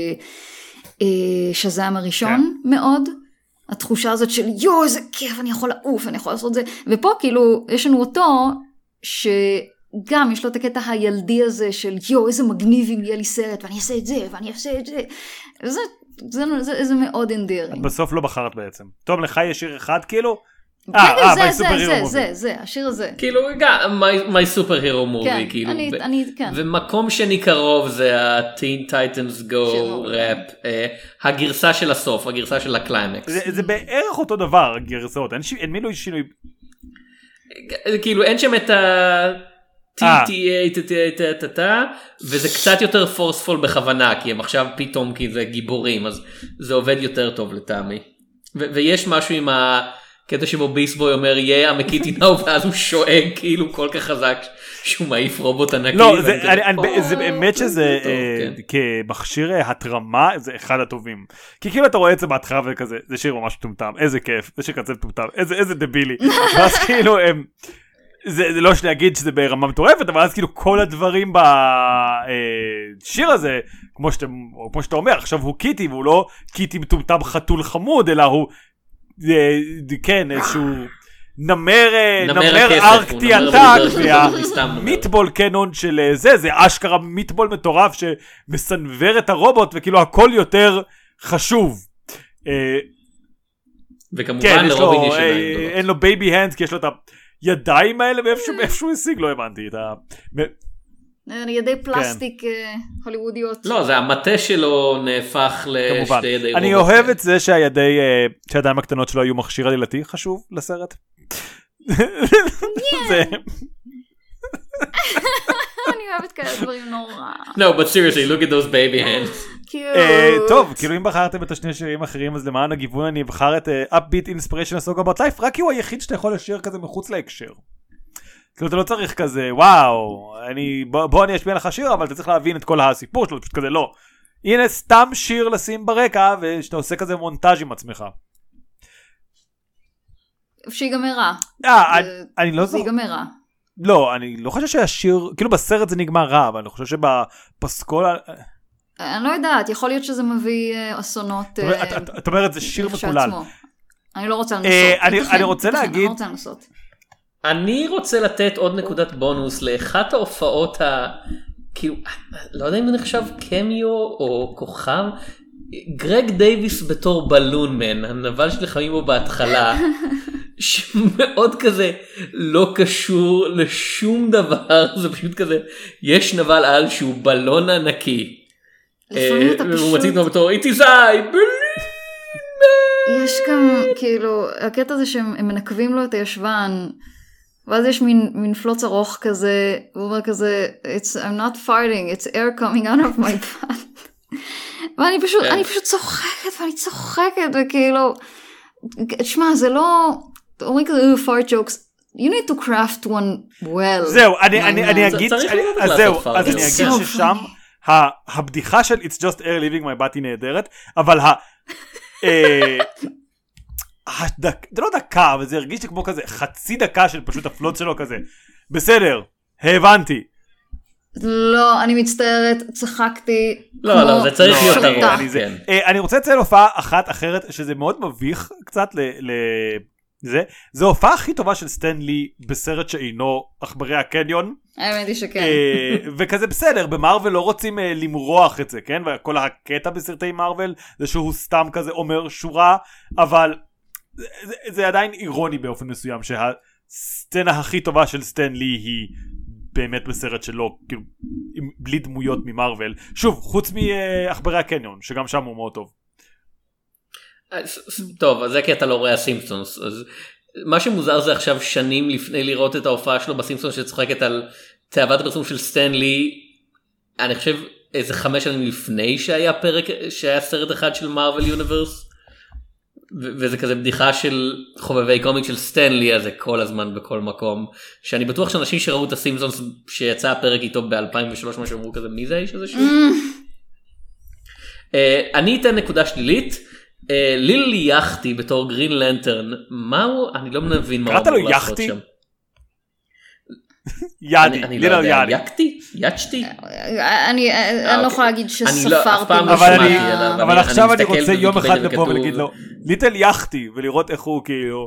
בשזם הראשון מאוד, התחושה הזאת של יו איזה כיף, אני יכול לעוף, אני יכול לעשות את זה, ופה כאילו יש לנו אותו, שגם יש לו את הקטע הילדי הזה של יו איזה מגניב אם יהיה לי סרט, ואני אעשה את זה, ואני אעשה את זה, זה מאוד אנדרי. בסוף לא בחרת בעצם. טוב, לך יש שיר אחד כאילו? זה, השיר הזה. כאילו, my superhero movie, כאילו. ומקום שני קרוב זה ה-Teen Titans Go ראפ, הגרסה של הסוף, הגרסה של הקליימקס. זה בערך אותו דבר, הגרסאות, אין מילוי שינוי. כאילו, אין שם את וזה קצת יותר פורספול בכוונה, כי הם עכשיו פתאום כי זה גיבורים, אז זה עובד יותר טוב לטעמי. ויש משהו עם הקטע שבו ביסבוי אומר יהיה המקיטי נאו, ואז הוא שואג כאילו כל כך חזק שהוא מעיף רובוט ענקי. לא, זה באמת שזה כמכשיר התרמה זה אחד הטובים, כי כאילו אתה רואה את זה בהתחלה וכזה, זה שיר ממש טומטם, איזה כיף, זה שיר כזה טומטם, איזה דבילי, ואז כאילו הם זה לא להגיד שזה ברמה מטורפת, אבל אז כאילו כל הדברים בשיר הזה, כמו שאתה אומר, עכשיו הוא קיטי, והוא לא קיטי מטומטם חתול חמוד, אלא הוא, כן, איזשהו נמר ארקטי עתק, והמיטבול קנון של זה אשכרה מיטבול מטורף, שמסנבר את הרובוט, וכאילו הכל יותר חשוב. וכמובן לרובין יש אין לו בייבי הנדס, כי יש לו את הידיים האלה, ואיפשהו השיג, לא הבנתי את ה... ידי פלסטיק הוליוודיות. לא, זה המטה שלו נהפך לשתי ידי רובוט. אני אוהב את זה שהידיים הקטנות שלו היו מכשיר עלילתי חשוב לסרט. אני אוהבת כאלה דברים נורא. No, but seriously, look at those baby hands. טוב, כאילו אם בחרתם את השני שירים אחרים, אז למען הגיוון אני אבחר את Upbeat Inspiration A Song About Life, רק כי הוא היחיד שאתה יכול לשיר כזה מחוץ להקשר. כאילו אתה לא צריך כזה, וואו, בוא אני אשמיע לך שיר, אבל אתה צריך להבין את כל הסיפור שלו, פשוט כזה לא. הנה סתם שיר לשים ברקע, ושאתה עושה כזה מונטאז' עם עצמך. שיגמר רע. אני לא זוכר. זה ייגמר רע. לא, אני לא חושב שהשיר, כאילו בסרט זה נגמר רע, אבל אני חושב שבפסקול... אני לא יודעת, יכול להיות שזה מביא אסונות... את אומרת, זה שיר מקולל. אני לא רוצה לנסות. אני רוצה להגיד... אני רוצה לתת עוד נקודת בונוס לאחת ההופעות כאילו, לא יודע אם זה נחשב קמיו או כוכב, גרג דייביס בתור בלונמן, הנבל שלחמים בו בהתחלה, שמאוד כזה לא קשור לשום דבר, זה פשוט כזה, יש נבל על שהוא בלון ענקי. לפעמים אתה פשוט... והוא מציג לו בתור, it is I, בלונמן. יש גם, כאילו, הקטע הזה שהם מנקבים לו את הישבן, ואז יש מין פלוץ ארוך כזה, הוא אומר כזה, I'm not farting, it's air coming out of my butt. ואני פשוט צוחקת, וכאילו, תשמע, זה לא, אומרים כזה, fart jokes, you need to craft one well. זהו, אני אגיד ששם, הבדיחה של it's just air leaving my butt היא נהדרת, אבל זה לא דקה, אבל זה הרגיש לי כמו כזה חצי דקה של פשוט הפלוט שלו כזה. בסדר, הבנתי. לא, אני מצטערת, צחקתי. לא, זה צריך להיות ארוך. אני רוצה לציין הופעה אחת אחרת, שזה מאוד מביך קצת לזה. זו ההופעה הכי טובה של סטן לי בסרט שאינו עכברי הקניון. האמת היא שכן. וכזה בסדר, במרוול לא רוצים למרוח את זה, כן? וכל הקטע בסרטי מרוול זה שהוא סתם כזה אומר שורה, אבל... זה עדיין אירוני באופן מסוים שהסצנה הכי טובה של סטן לי היא באמת בסרט שלו, כאילו בלי דמויות ממרוול, שוב חוץ מעכברי הקניון שגם שם הוא מאוד טוב. טוב, אז זה כי אתה לא רואה הסימפסונס, אז מה שמוזר זה עכשיו שנים לפני לראות את ההופעה שלו בסימפסונס שצוחקת על תאוות הפרסום של סטן לי, אני חושב איזה 5 שנים לפני שהיה סרט אחד של מרוול יוניברס, וזה כזה בדיחה של חובבי קומיק של סטנלי הזה כל הזמן בכל מקום, שאני בטוח שאנשים שראו את הסימפסונס שיצא הפרק איתו ב-2003 מה שאמרו כזה, מי זה האיש הזה שוב? אני אתן נקודה שלילית, לילי יחתי בתור גרין לנטרן, מהו? אני לא מבין מה הוא אמור לעשות שם. ידי, אני לא יודע, יקתי? יצ'תי? אני לא יכולה להגיד שספרתי. אבל עכשיו אני רוצה יום אחד לבוא ולהגיד לו, ליטל יחתי, ולראות איך הוא כאילו...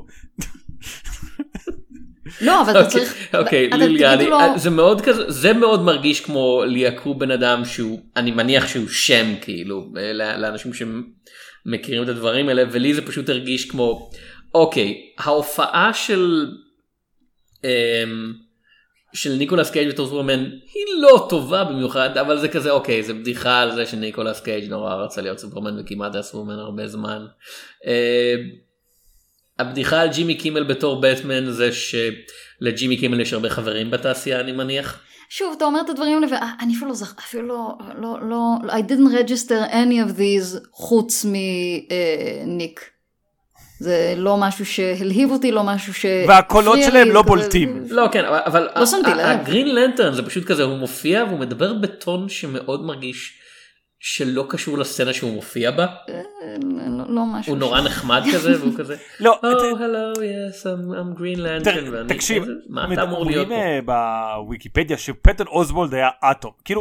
לא, אבל אתה צריך... אוקיי, זה מאוד מרגיש כמו ליעקו בן אדם שהוא, אני מניח שהוא שם כאילו, לאנשים שמכירים את הדברים האלה, ולי זה פשוט הרגיש כמו, אוקיי, ההופעה של ניקולס קייג' בתור סופרמן היא לא טובה במיוחד, אבל זה כזה אוקיי, זה בדיחה על זה שניקולס קייג' נורא רצה להיות סופרמן וכמעט היה סופרמן הרבה זמן. הבדיחה על ג'ימי קימל בתור בטמן זה שלג'ימי קימל יש הרבה חברים בתעשייה, אני מניח. שוב, אתה אומר את הדברים האלה, ואני אפילו לא, I didn't register any of these חוץ מניק. זה לא משהו שהלהיב אותי, לא משהו והקולות שלהם לא בולטים. לא, כן, אבל לא שמתי לב. הגרין לנטרן זה פשוט כזה, הוא מופיע והוא מדבר בטון שמאוד מרגיש שלא קשור לסצנה שהוא מופיע בה. לא משהו. הוא נורא נחמד כזה, והוא כזה, לא, hello, yes, I'm green lantern. תקשיב, מדברים בוויקיפדיה שפטון אוסוולד היה אטום. כאילו,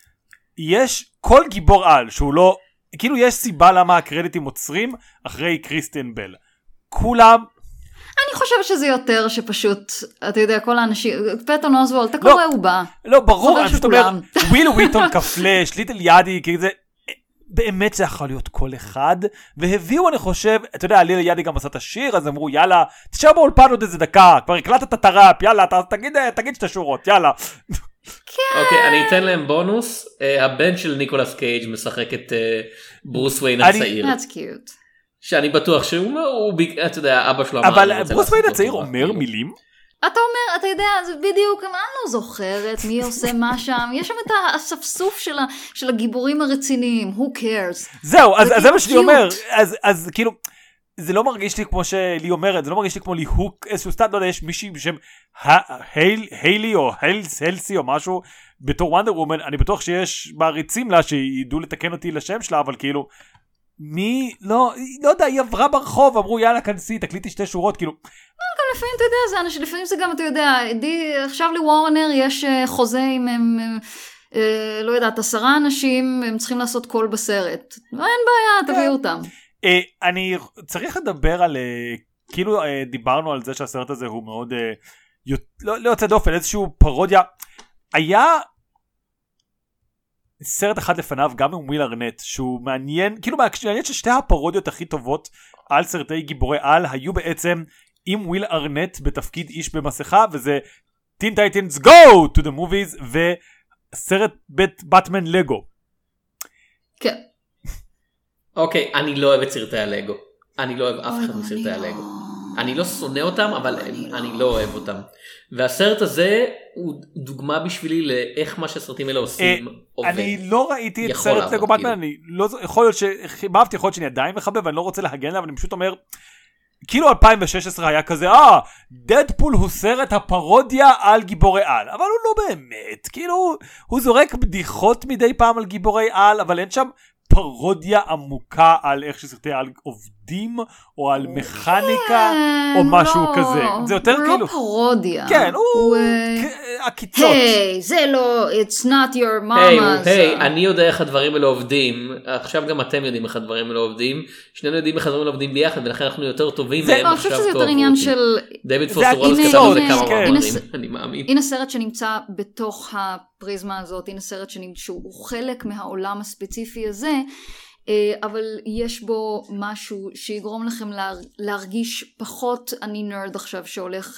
יש כל גיבור על שהוא לא, כאילו יש סיבה למה הקרדיטים עוצרים אחרי קריסטיאן בל. כולם... אני חושבת שזה יותר שפשוט, אתה יודע, כל האנשים, פטון אוסוולד, אתה קורא הוא בא. לא, ברור, אני פשוט אומר, וויל וויטון כפלש, ליטל ידי, כי זה, באמת זה יכול להיות כל אחד, והביאו, אני חושב, אתה יודע, ליטל ידי גם עשה את השיר, אז אמרו, יאללה, תשאר באולפן עוד איזה דקה, כבר הקלטת את הראפ, יאללה, תגיד שתי שורות, יאללה. אוקיי, אני אתן להם בונוס, הבן של ניקולס קייג' משחק את ברוס וויין הצעיר. That's cute. שאני בטוח שהוא, אתה יודע, אבא שלו אמר... אבל ברוס וויין הצעיר אומר מילים? אתה אומר, אתה יודע, זה בדיוק, אני לא זוכרת מי עושה מה שם, יש שם את הספסוף של הגיבורים הרציניים, who cares. זהו, אז זה מה שאני אומר, אז כאילו, זה לא מרגיש לי כמו שלי אומרת, זה לא מרגיש לי כמו ליהוק, איזשהו סטאט, לא יודע, יש מישהי בשם היילי או הלסי או משהו, בתור וונדר וומן, אני בטוח שיש מעריצים לה שידעו לתקן אותי לשם שלה, אבל כאילו, מי, לא יודע, היא עברה ברחוב, אמרו יאללה כנסי, תקליטי שתי שורות, כאילו. גם לפעמים אתה יודע, לפעמים זה גם, אתה יודע, עכשיו לוורנר יש חוזה עם, לא יודעת, 10 אנשים, הם צריכים לעשות קול בסרט. אין בעיה, תביאו אותם. אני צריך לדבר על, כאילו דיברנו על זה שהסרט הזה הוא מאוד, לא יוצא דופן, איזשהו פרודיה. היה סרט אחד לפניו, גם עם וויל ארנט, שהוא מעניין, כאילו מעניין ששתי הפרודיות הכי טובות על סרטי גיבורי על, היו בעצם עם וויל ארנט בתפקיד איש במסכה, וזה Teen Titans Go to the Movies, וסרט באטמן לגו. כן. אוקיי, אני לא אוהב את סרטי הלגו. אני לא אוהב אף אחד מסרטי הלגו. אני לא שונא אותם, אבל אני לא אוהב אותם. והסרט הזה הוא דוגמה בשבילי לאיך מה שהסרטים האלה עושים עובד. אני לא ראיתי את סרט לגו באטמן, אני לא, יכול להיות שחיבבתי, יכול להיות שאני עדיין מחבב, ואני לא רוצה להגן עליו, אני פשוט אומר, כאילו 2016 היה כזה, דדפול הוא סרט הפרודיה על גיבורי על, אבל הוא לא באמת, כאילו, הוא זורק בדיחות מדי פעם על גיבורי על, אבל אין שם פרודיה עמוקה על איך שסרטי על עובדים, או על מכניקה, או משהו כזה. זה יותר כאילו... הוא לא פרודיה. כן, הוא... הקיצות. היי, זה לא, it's not your mama. היי, אני יודע איך הדברים האלה עובדים, עכשיו גם אתם יודעים איך הדברים האלה עובדים, שנינו יודדים איך הדברים האלה עובדים ביחד, ולכן אנחנו יותר טובים מהם. אני חושב שזה יותר עניין של... דייוויד פוסטר וולס כתב על זה כמה מאמרים, אני מאמין. הנה סרט שנמצא בתוך הפריזמה הזאת, הנה סרט שהוא חלק מהעולם הספציפי הזה, אבל יש בו משהו שיגרום לכם להרגיש פחות אני נרד עכשיו שהולך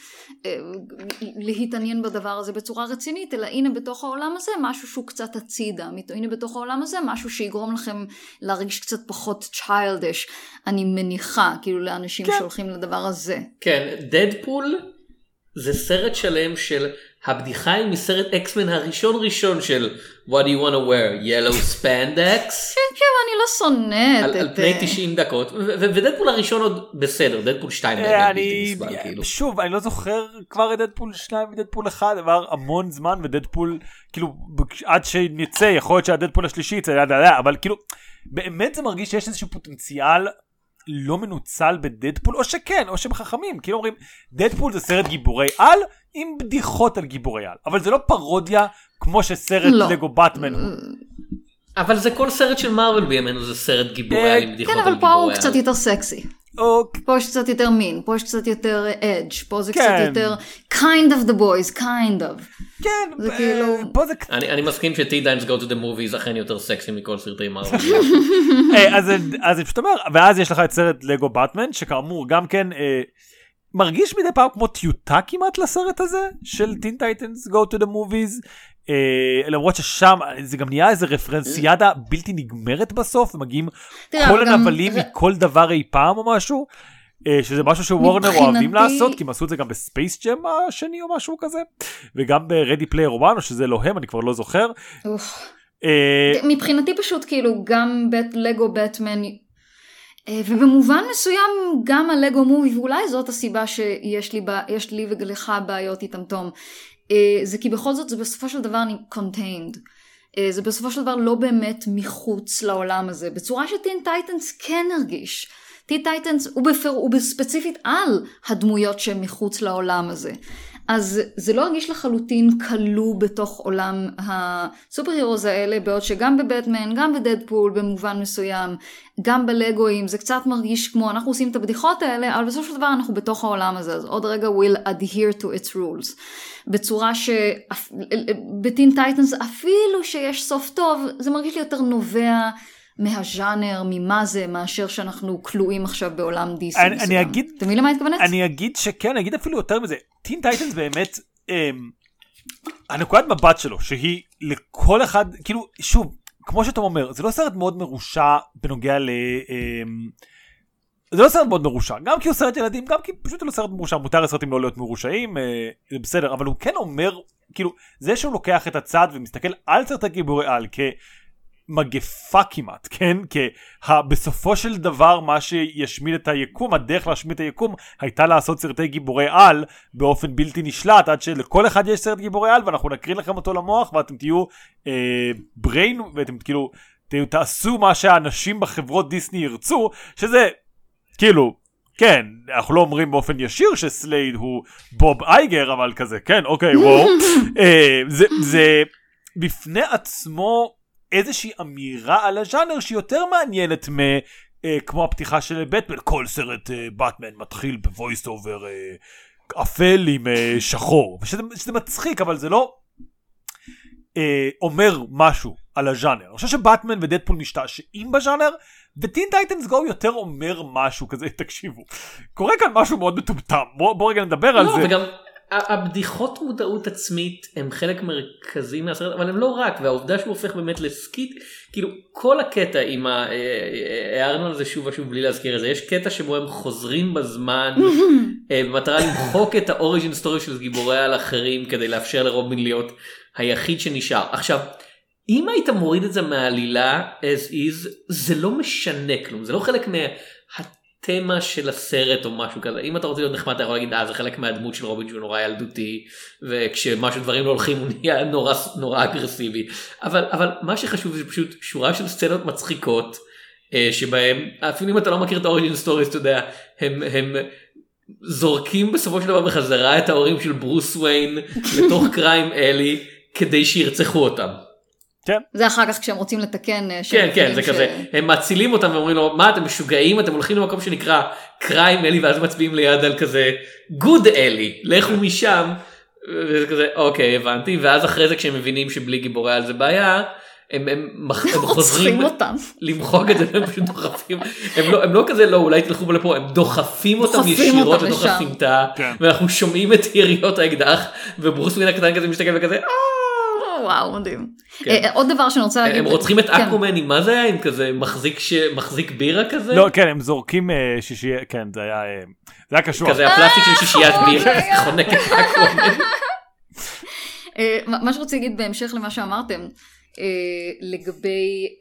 להתעניין בדבר הזה בצורה רצינית, אלא הנה בתוך העולם הזה משהו שהוא קצת הצידה, הנה בתוך העולם הזה משהו שיגרום לכם להרגיש קצת פחות childish, אני מניחה כאילו לאנשים שהולכים לדבר הזה. כן, דדפול זה סרט שלם של הבדיחה היא מסרט אקסמן הראשון של What do you want to wear? Yellow spandex? כן, אני לא שונאת. על פני 90 דקות, ודדפול הראשון עוד בסדר, דדפול 2 שוב, אני לא זוכר כבר את דדפול 2 ודדפול 1, עבר המון זמן, ודדפול, כאילו, עד שנצא, יכול להיות שהדדפול השלישי יצא, אבל כאילו, באמת זה מרגיש שיש איזשהו פוטנציאל לא מנוצל בדדפול, או שכן, או שהם חכמים, כאילו אומרים, דדפול זה סרט גיבורי על, עם בדיחות על גיבורי על, אבל זה לא פרודיה כמו שסרט לגו באטמן הוא. אבל זה כל סרט של מארוול בימינו, זה סרט גיבורי על עם בדיחות על כן, אבל גיבורי פה הוא קצת יותר סקסי. פה יש קצת יותר מין, פה יש קצת יותר אדג', פה זה קצת יותר kind of the boys, kind of. כן, זה כאילו... אני מסכים ש-T-Times Go to the Movies אכן יותר סקסי מכל סרטי מארוול. אז אני פשוט אומר, ואז יש לך את סרט לגו באטמן, שכאמור גם כן מרגיש מדי פעם כמו טיוטה כמעט לסרט הזה, של Teen Titans Go to the Movies, למרות ששם זה גם נהיה איזה רפרנסיאדה בלתי נגמרת בסוף, ומגיעים כל הנבלים מכל דבר אי פעם או משהו, שזה משהו שוורנר אוהבים לעשות, כי הם עשו את זה גם בספייס ג'ם השני או משהו כזה, וגם ברדי פלייר 1, או שזה לא הם, אני כבר לא זוכר. מבחינתי פשוט כאילו גם לגו בטמן, ובמובן מסוים גם הלגו מובי, ואולי זאת הסיבה שיש לי ולך בעיות איתם תום, זה כי בכל זאת זה בסופו של דבר contained. זה בסופו של דבר לא באמת מחוץ לעולם הזה, בצורה שטין טייטנס כן הרגיש. טין טייטנס הוא בספציפית על הדמויות שהן מחוץ לעולם הזה. אז זה לא הרגיש לחלוטין כלוא בתוך עולם הסופר הירוס האלה, בעוד שגם בבטמן, גם בדדפול במובן מסוים, גם בלגואים, זה קצת מרגיש כמו אנחנו עושים את הבדיחות האלה, אבל בסופו של דבר אנחנו בתוך העולם הזה, אז עוד רגע we'll adhere to its rules. בצורה שבטין טייטנס אפילו שיש סוף טוב, זה מרגיש לי יותר נובע מהז'אנר, ממה זה, מאשר שאנחנו כלואים עכשיו בעולם DC. אני אגיד... אתה מבין למה התכוונת? אני אגיד שכן, אני אגיד אפילו יותר מזה. טין טייטנס באמת, הנקודת מבט שלו, שהיא לכל אחד, כאילו, שוב, כמו שאתה אומר, זה לא סרט מאוד מרושע בנוגע ל... זה לא סרט מאוד מרושע, גם כי הוא סרט ילדים, גם כי פשוט הוא לא סרט מרושע, מותר לסרטים לא להיות מרושעים, זה בסדר, אבל הוא כן אומר, כאילו, זה שהוא לוקח את הצד ומסתכל על סרטי גיבורי על כמגפה כמעט, כן? בסופו של דבר מה שישמיד את היקום, הדרך להשמיד את היקום, הייתה לעשות סרטי גיבורי על באופן בלתי נשלט, עד שלכל אחד יש סרט גיבורי על, ואנחנו נקריא לכם אותו למוח, ואתם תהיו בריין, ואתם כאילו, תעשו מה שהאנשים בחברות דיסני ירצו, שזה כאילו, כן, אנחנו לא אומרים באופן ישיר שסלייד הוא בוב אייגר, אבל כזה, כן, אוקיי, וואו. זה בפני עצמו איזושהי אמירה על הז'אנר שהיא יותר מעניינת כמו הפתיחה של בטמן. כל סרט בטמן מתחיל בוויס אובר אפל עם שחור. ושזה מצחיק, אבל זה לא אומר משהו על הז'אנר. אני חושב שבטמן ודדפול משתעשעים בז'אנר, וטין טייטנס גו יותר אומר משהו כזה, תקשיבו. קורה כאן משהו מאוד מטומטם, בוא רגע נדבר על זה. וגם הבדיחות מודעות עצמית הם חלק מרכזי מהסרט, אבל הם לא רק, והעובדה שהוא הופך באמת לסקיט, כאילו כל הקטע עם הערנו על זה שוב ושוב בלי להזכיר את זה, יש קטע שבו הם חוזרים בזמן, במטרה למחוק את האוריג'ין סטורי של גיבורי על אחרים, כדי לאפשר לרובין להיות היחיד שנשאר. עכשיו, אם היית מוריד את זה מהעלילה as is, זה לא משנה כלום, זה לא חלק מהתמה של הסרט או משהו כזה. אם אתה רוצה להיות נחמד, אתה יכול להגיד, זה חלק מהדמות של רובין שהוא נורא ילדותי, וכשמשהו דברים לא הולכים הוא נהיה נורא אגרסיבי. אבל מה שחשוב זה פשוט שורה של סצנות מצחיקות, שבהם, אפילו אם אתה לא מכיר את האוריג'ין סטוריס, אתה יודע, הם זורקים בסופו של דבר בחזרה את ההורים של ברוס וויין לתוך קריים אלי, כדי שירצחו אותם. כן. זה אחר כך כשהם רוצים לתקן. כן, זה כזה. הם מצילים אותם ואומרים לו, מה אתם משוגעים? אתם הולכים למקום שנקרא קריים אלי, ואז מצביעים ליד על כזה, גוד אלי, לכו משם. וזה כזה, אוקיי, הבנתי. ואז אחרי זה כשהם מבינים שבלי גיבורי על זה בעיה, הם חוזרים למחוק את זה, הם פשוט דוחפים. הם לא כזה, לא, אולי תלכו לפה, הם דוחפים אותם ישירות לתוך הסמטה, ואנחנו שומעים את יריות האקדח, וברוס וויין הקטן כזה משתגל וכזה, וואו, מדהים. עוד דבר שאני רוצה להגיד. הם רוצחים את אקומן עם מה זה היה? עם כזה מחזיק בירה כזה? לא, כן, הם זורקים שישייה, כן, זה היה קשור. כזה הפלסטיק של שישיית בירה, חונק את אקומן. מה שרוצה להגיד בהמשך למה שאמרתם, לגבי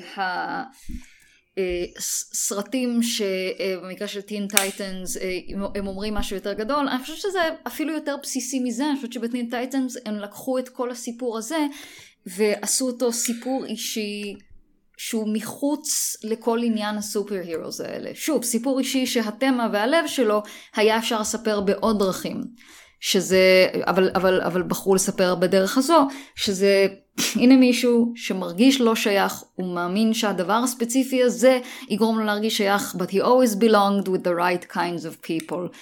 סרטים שבמקרה של טין טייטנס הם אומרים משהו יותר גדול, אני חושבת שזה אפילו יותר בסיסי מזה. אני חושבת שבטין טייטנס הם לקחו את כל הסיפור הזה ועשו אותו סיפור אישי שהוא מחוץ לכל עניין הסופר הירוס האלה. שוב, סיפור אישי שהתמה והלב שלו היה אפשר לספר בעוד דרכים. שזה, אבל בחרו לספר בדרך הזו, שזה, הנה מישהו שמרגיש לא שייך, הוא מאמין שהדבר הספציפי הזה יגרום לו להרגיש שייך, but he always belonged with the right kinds of people.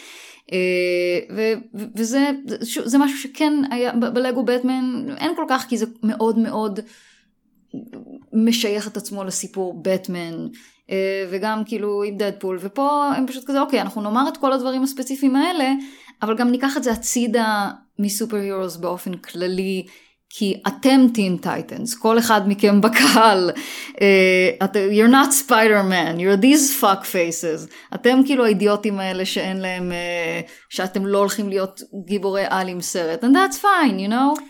וזה משהו שכן היה בלגו בטמן, אין כל כך, כי זה מאוד מאוד משייך את עצמו לסיפור בטמן, וגם כאילו עם דדפול, ופה הם פשוט כזה, אוקיי, אנחנו נאמר את כל הדברים הספציפיים האלה, אבל גם ניקח את זה הצידה מסופר הירוס באופן כללי, כי אתם טין טייטנס, כל אחד מכם בקהל, you're not Spider-Man, you're these fuck faces, אתם כאילו האידיוטים האלה שאין להם, שאתם לא הולכים להיות גיבורי על עם סרט, and that's fine, you know?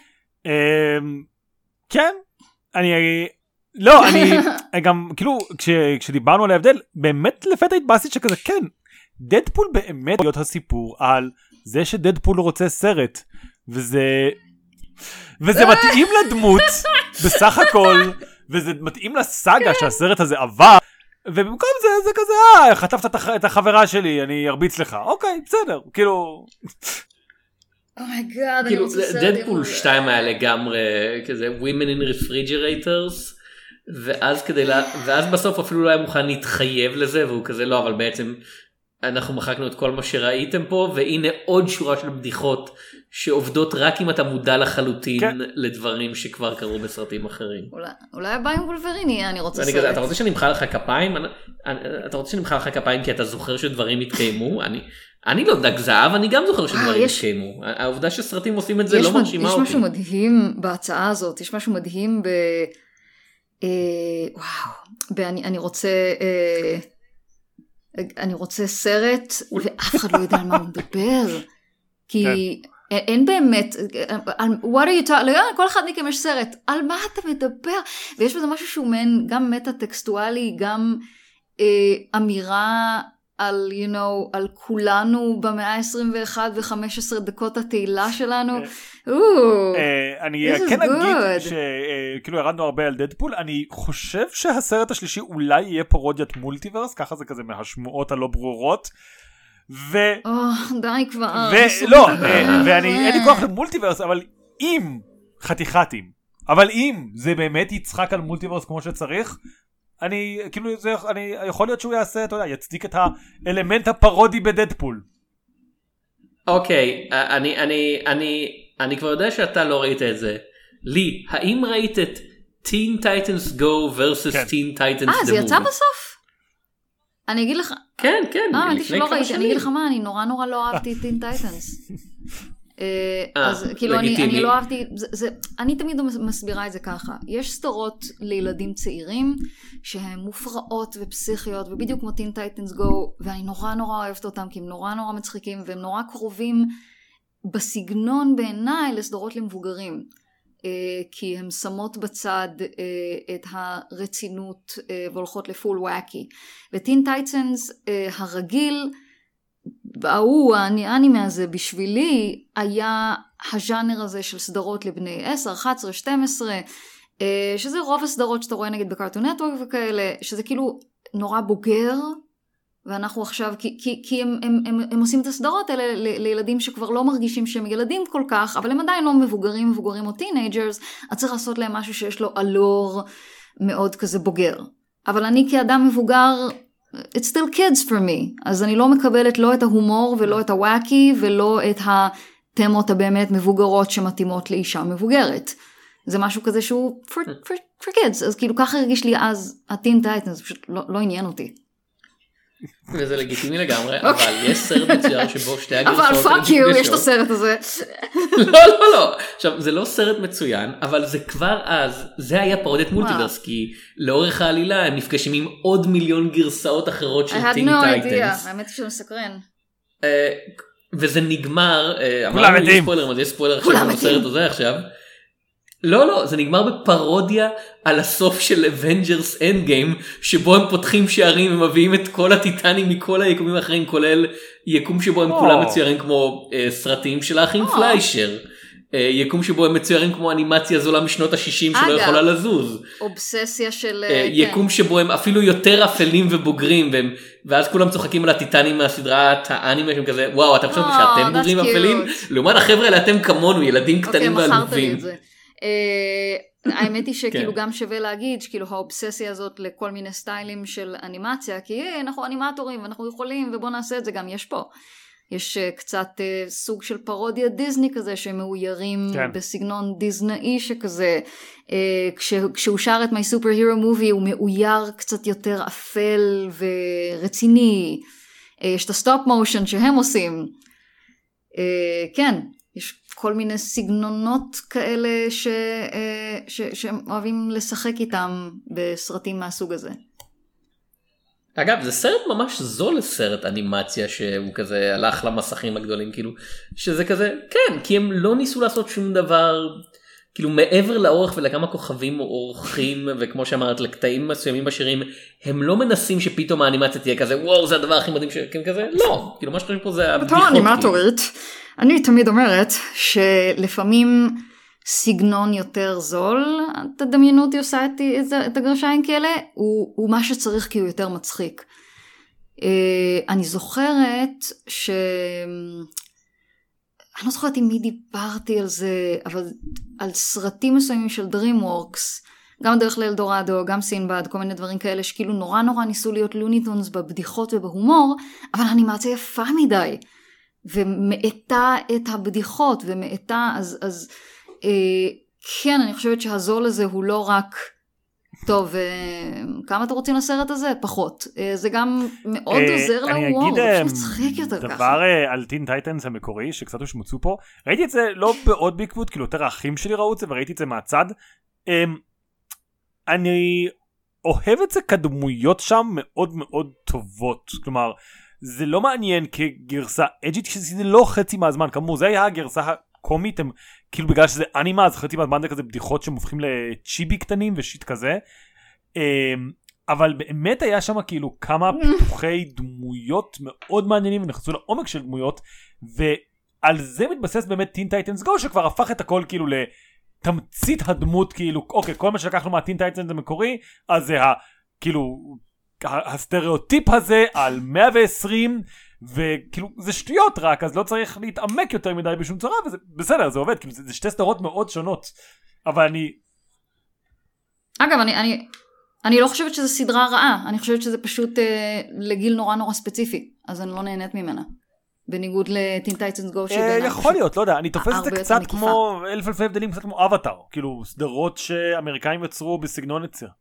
כן, אני גם, כאילו, כשדיברנו על ההבדל, באמת לפתע התבאסית שכזה, כן, דדפול באמת להיות הסיפור על זה שדדפול רוצה סרט, וזה מתאים לדמות בסך הכל, וזה מתאים לסאגה שהסרט הזה עבר, ובמקום זה כזה, חטפת את החברה שלי, אני ארביץ לך, אוקיי, בסדר, כאילו... אומייגאד, אני רוצה סרט. דדפול 2 היה לגמרי כזה, women in refrigerators, ואז בסוף אפילו לא היה מוכן להתחייב לזה, והוא כזה לא, אבל בעצם אנחנו מחקנו את כל מה שראיתם פה, והנה עוד שורה של בדיחות שעובדות רק אם אתה מודע לחלוטין לדברים שכבר קרו בסרטים אחרים. אולי הבא עם וולבריני, אני רוצה סרט. אתה רוצה שנמחא לך כפיים? אתה רוצה שנמחא לך כפיים כי אתה זוכר שדברים התקיימו? אני לא דג זהב, אני גם זוכר שדברים התקיימו. העובדה שסרטים עושים את זה לא מרשימה אותי. יש משהו מדהים בהצעה הזאת, יש משהו מדהים אני רוצה סרט, ואף אחד לא יודע על מה הוא מדבר. כי אין באמת, what are you talking, כל אחד מכם יש סרט, על מה אתה מדבר? ויש בזה משהו שהוא מעין גם מטה-טקסטואלי, גם אמירה על, על כולנו במאה ה-21 ו-15 דקות התהילה שלנו. אני כן אגיד שכאילו ירדנו הרבה על דדפול, אני חושב שהסרט השלישי אולי יהיה פרודיית מולטיברס, ככה זה כזה מהשמועות הלא ברורות. די כבר. לא, ואין לי כוח למולטיברס, אבל אם חתיכתים, אבל אם זה באמת יצחק על מולטיברס כמו שצריך, אני יכול להיות שהוא יעשה, אתה יודע, יצדיק את האלמנט הפרודי בדדפול. אוקיי, אני כבר יודע שאתה לא ראית את זה. לי, האם ראית את Teen Titans Go versus Teen Titans The Movie? זה יצא בסוף? אני אגיד לך... כן, לפני כמה שנים. אני אגיד לך מה, אני נורא לא אהבתי Teen Titans. אז כאילו אני לא אהבתי, אני תמיד מסבירה את זה ככה, יש סדרות לילדים צעירים שהן מופרעות ופסיכיות ובדיוק כמו Teen Titans Go, ואני נורא אוהבת אותם כי הם נורא מצחיקים והם נורא קרובים בסגנון בעיניי לסדרות למבוגרים, כי הן שמות בצד את הרצינות והולכות לפול וואקי. ו-Teen Titans הרגיל, האנימה הזה בשבילי היה הז'אנר הזה של סדרות לבני 10, 11, 12, שזה רוב הסדרות שאתה רואה נגיד בקארטון נטוורק וכאלה, שזה כאילו נורא בוגר, ואנחנו עכשיו, כי הם עושים את הסדרות האלה לילדים שכבר לא מרגישים שהם ילדים כל כך, אבל הם עדיין לא מבוגרים או טינג'רס, אז צריך לעשות להם משהו שיש לו אלור מאוד כזה בוגר. אבל אני כאדם מבוגר, it's still kids for me, אז אני לא מקבלת לא את ההומור ולא את הוואקי ולא את התמות הבאמת מבוגרות שמתאימות לאישה מבוגרת. זה משהו כזה שהוא for kids, אז כאילו ככה הרגיש לי אז ה-Teen Titans, זה פשוט לא עניין אותי. וזה לגיטימי לגמרי, אבל יש סרט מצויר שבו שתי הגרסאות... אבל פאק יו, יש את הסרט הזה. לא. עכשיו, זה לא סרט מצוין, אבל זה כבר אז, זה היה פרודיית מולטיברס, כי לאורך העלילה הם נפגשים עם עוד מיליון גרסאות אחרות של Teen Titans. האמת היא שזה סקרן. וזה נגמר, אמרנו יש ספוילר, אבל יש ספוילר עכשיו בסרט הזה עכשיו. לא, זה נגמר בפרודיה על הסוף של Avengers Endgame, שבו הם פותחים שערים ומביאים את כל הטיטנים מכל היקומים האחרים, כולל יקום שבו הם כולם מצוירים כמו סרטים של האחים פליישר. יקום שבו הם מצוירים כמו אנימציה זולה משנות ה-60 שלא יכולה לזוז. אובססיה של... יקום שבו הם אפילו יותר אפלים ובוגרים, ואז כולם צוחקים על הטיטנים מהסדרת האנימה, שהם כזה, וואו, אתה חושב שאתם בוגרים ואפלים? לעומת החבר'ה האלה אתם כמונו, ילדים קטנים ועלובים. האמת היא שכאילו גם שווה להגיד שכאילו האובססיה הזאת לכל מיני סטיילים של אנימציה, כי אנחנו אנימטורים ואנחנו יכולים ובוא נעשה את זה, גם יש פה. יש קצת סוג של פרודיה דיזני כזה שמאוירים בסגנון דיזנאי שכזה, כשהוא שר את My Superhero Movie הוא מאויר קצת יותר אפל ורציני, יש את הסטופ מושן שהם עושים, כן, יש כל מיני סגנונות כאלה שהם אוהבים לשחק איתם בסרטים מהסוג הזה. אגב, זה סרט ממש זול לסרט אנימציה שהוא כזה הלך למסכים הגדולים, כאילו, שזה כזה, כן, כי הם לא ניסו לעשות שום דבר, כאילו, מעבר לאורך ולכמה כוכבים או אורחים, וכמו שאמרת, לקטעים מסוימים בשירים, הם לא מנסים שפתאום האנימציה תהיה כזה, וואו, זה הדבר הכי מדהים שכן כזה, לא, כאילו, מה שקוראים פה זה הבדיחות. בתור אנימטורית, אני תמיד אומרת שלפעמים סגנון יותר זול, תדמיינו אותי עושה את הגרשיים כאלה, הוא מה שצריך כי הוא יותר מצחיק. אני זוכרת אני לא זוכרת עם מי דיברתי על זה, אבל על סרטים מסוימים של DreamWorks, גם דרך לאלדורדו, גם סינבד, כל מיני דברים כאלה, שכאילו נורא ניסו להיות לוניטונס בבדיחות ובהומור, אבל האנימציה יפה מדי, ומעטה את הבדיחות, ומעטה, אז כן, אני חושבת שהזול הזה הוא לא רק, טוב, כמה אתם רוצים לסרט הזה? פחות. זה גם מאוד עוזר להומור, זה פשוט מצחיק יותר ככה. דבר על טין טייטנס המקורי, שקצת הושמצו פה, ראיתי את זה לא בעוד בעקבות, כאילו יותר האחים שלי ראו את זה, וראיתי את זה מהצד. אני אוהב את זה כדמויות שם מאוד מאוד טובות, כלומר, זה לא מעניין כגרסה אג'ית, שזה לא חצי מהזמן, כאמור, זה היה הגרסה קומית, הם כאילו בגלל שזה אנימה, אז חצי מהזמן זה כזה בדיחות שמופכים לצ'יבי קטנים ושיט כזה, אבל באמת היה שם כאילו כמה פיתוחי דמויות מאוד מעניינים, ונכנסו לעומק של דמויות, ועל זה מתבסס באמת טין טייטנס גו, שכבר הפך את הכל כאילו לתמצית הדמות, כאילו, אוקיי, כל מה שלקחנו מהטין טייטנס המקורי, אז זה כאילו, הסטריאוטיפ הזה על 120, וכאילו זה שטויות רק, אז לא צריך להתעמק יותר מדי בשום צורה, וזה בסדר, זה עובד, כאילו זה שתי סדרות מאוד שונות, אבל אגב, אני לא חושבת שזה סדרה רעה, אני חושבת שזה פשוט לגיל נורא ספציפי, אז אני לא נהנית ממנה, בניגוד לטין טייטנס גו שבעיניי. יכול להיות, לא יודע, אני תופס את זה קצת כמו אלף הבדלים, קצת כמו אבטאר, כאילו סדרות שאמריקאים יצרו בסגנון יציר.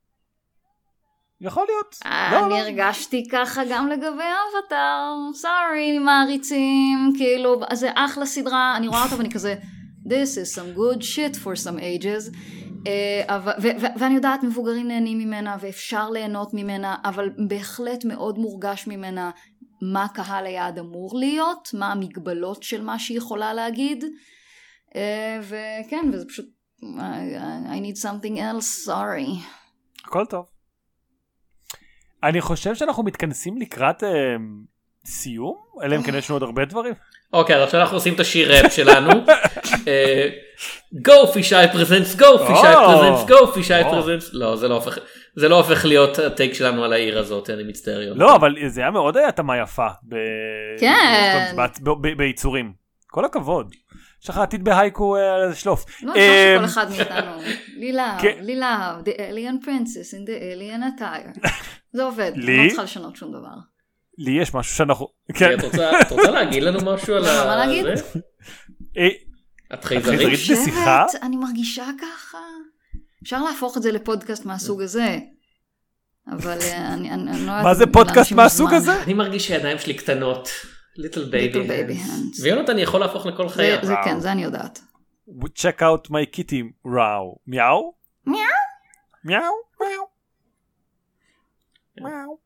יכול להיות. אני הרגשתי ככה גם לגבי אבטאר, סורי, מעריצים, כאילו, זה אחלה סדרה, אני רואה אותה ואני כזה, this is some good shit for some ages, ואני יודעת מבוגרים נהנים ממנה ואפשר ליהנות ממנה, אבל בהחלט מאוד מורגש ממנה מה קהל היעד אמור להיות, מה המגבלות של מה שהיא יכולה להגיד, וכן, וזה פשוט, I need something else, sorry. הכל טוב. אני חושב שאנחנו מתכנסים לקראת סיום, אלא אם כן יש עוד הרבה דברים. אוקיי, אז עכשיו אנחנו עושים את השיר ראפ שלנו. Go Fisheye presents, Go Fisheye presents, Go Fisheye presents. לא, זה לא הופך להיות הטייק שלנו על העיר הזאת, אני מצטער. לא, אבל זה היה מאוד היה תמה יפה. כן. ביצורים. כל הכבוד. יש לך עתיד בהייקו שלוף. לא, אני חושב שכל אחד מאיתנו. לילאב, the alien princess in the alien attire. זה עובד, אני לא צריכה לשנות שום דבר. לי יש משהו שאנחנו... את רוצה להגיד לנו משהו על מה להגיד? את חייזרית בשיחה? אני מרגישה ככה. אפשר להפוך את זה לפודקאסט מהסוג הזה. אבל אני לא... מה זה פודקאסט מהסוג הזה? אני מרגיש שהידיים שלי קטנות. Little baby hands. ויונתן יכול להפוך לכל חיה. זה כן, זה אני יודעת. Check out my kitty, ראו. מיאו? מיאו? מיאו? מיאו?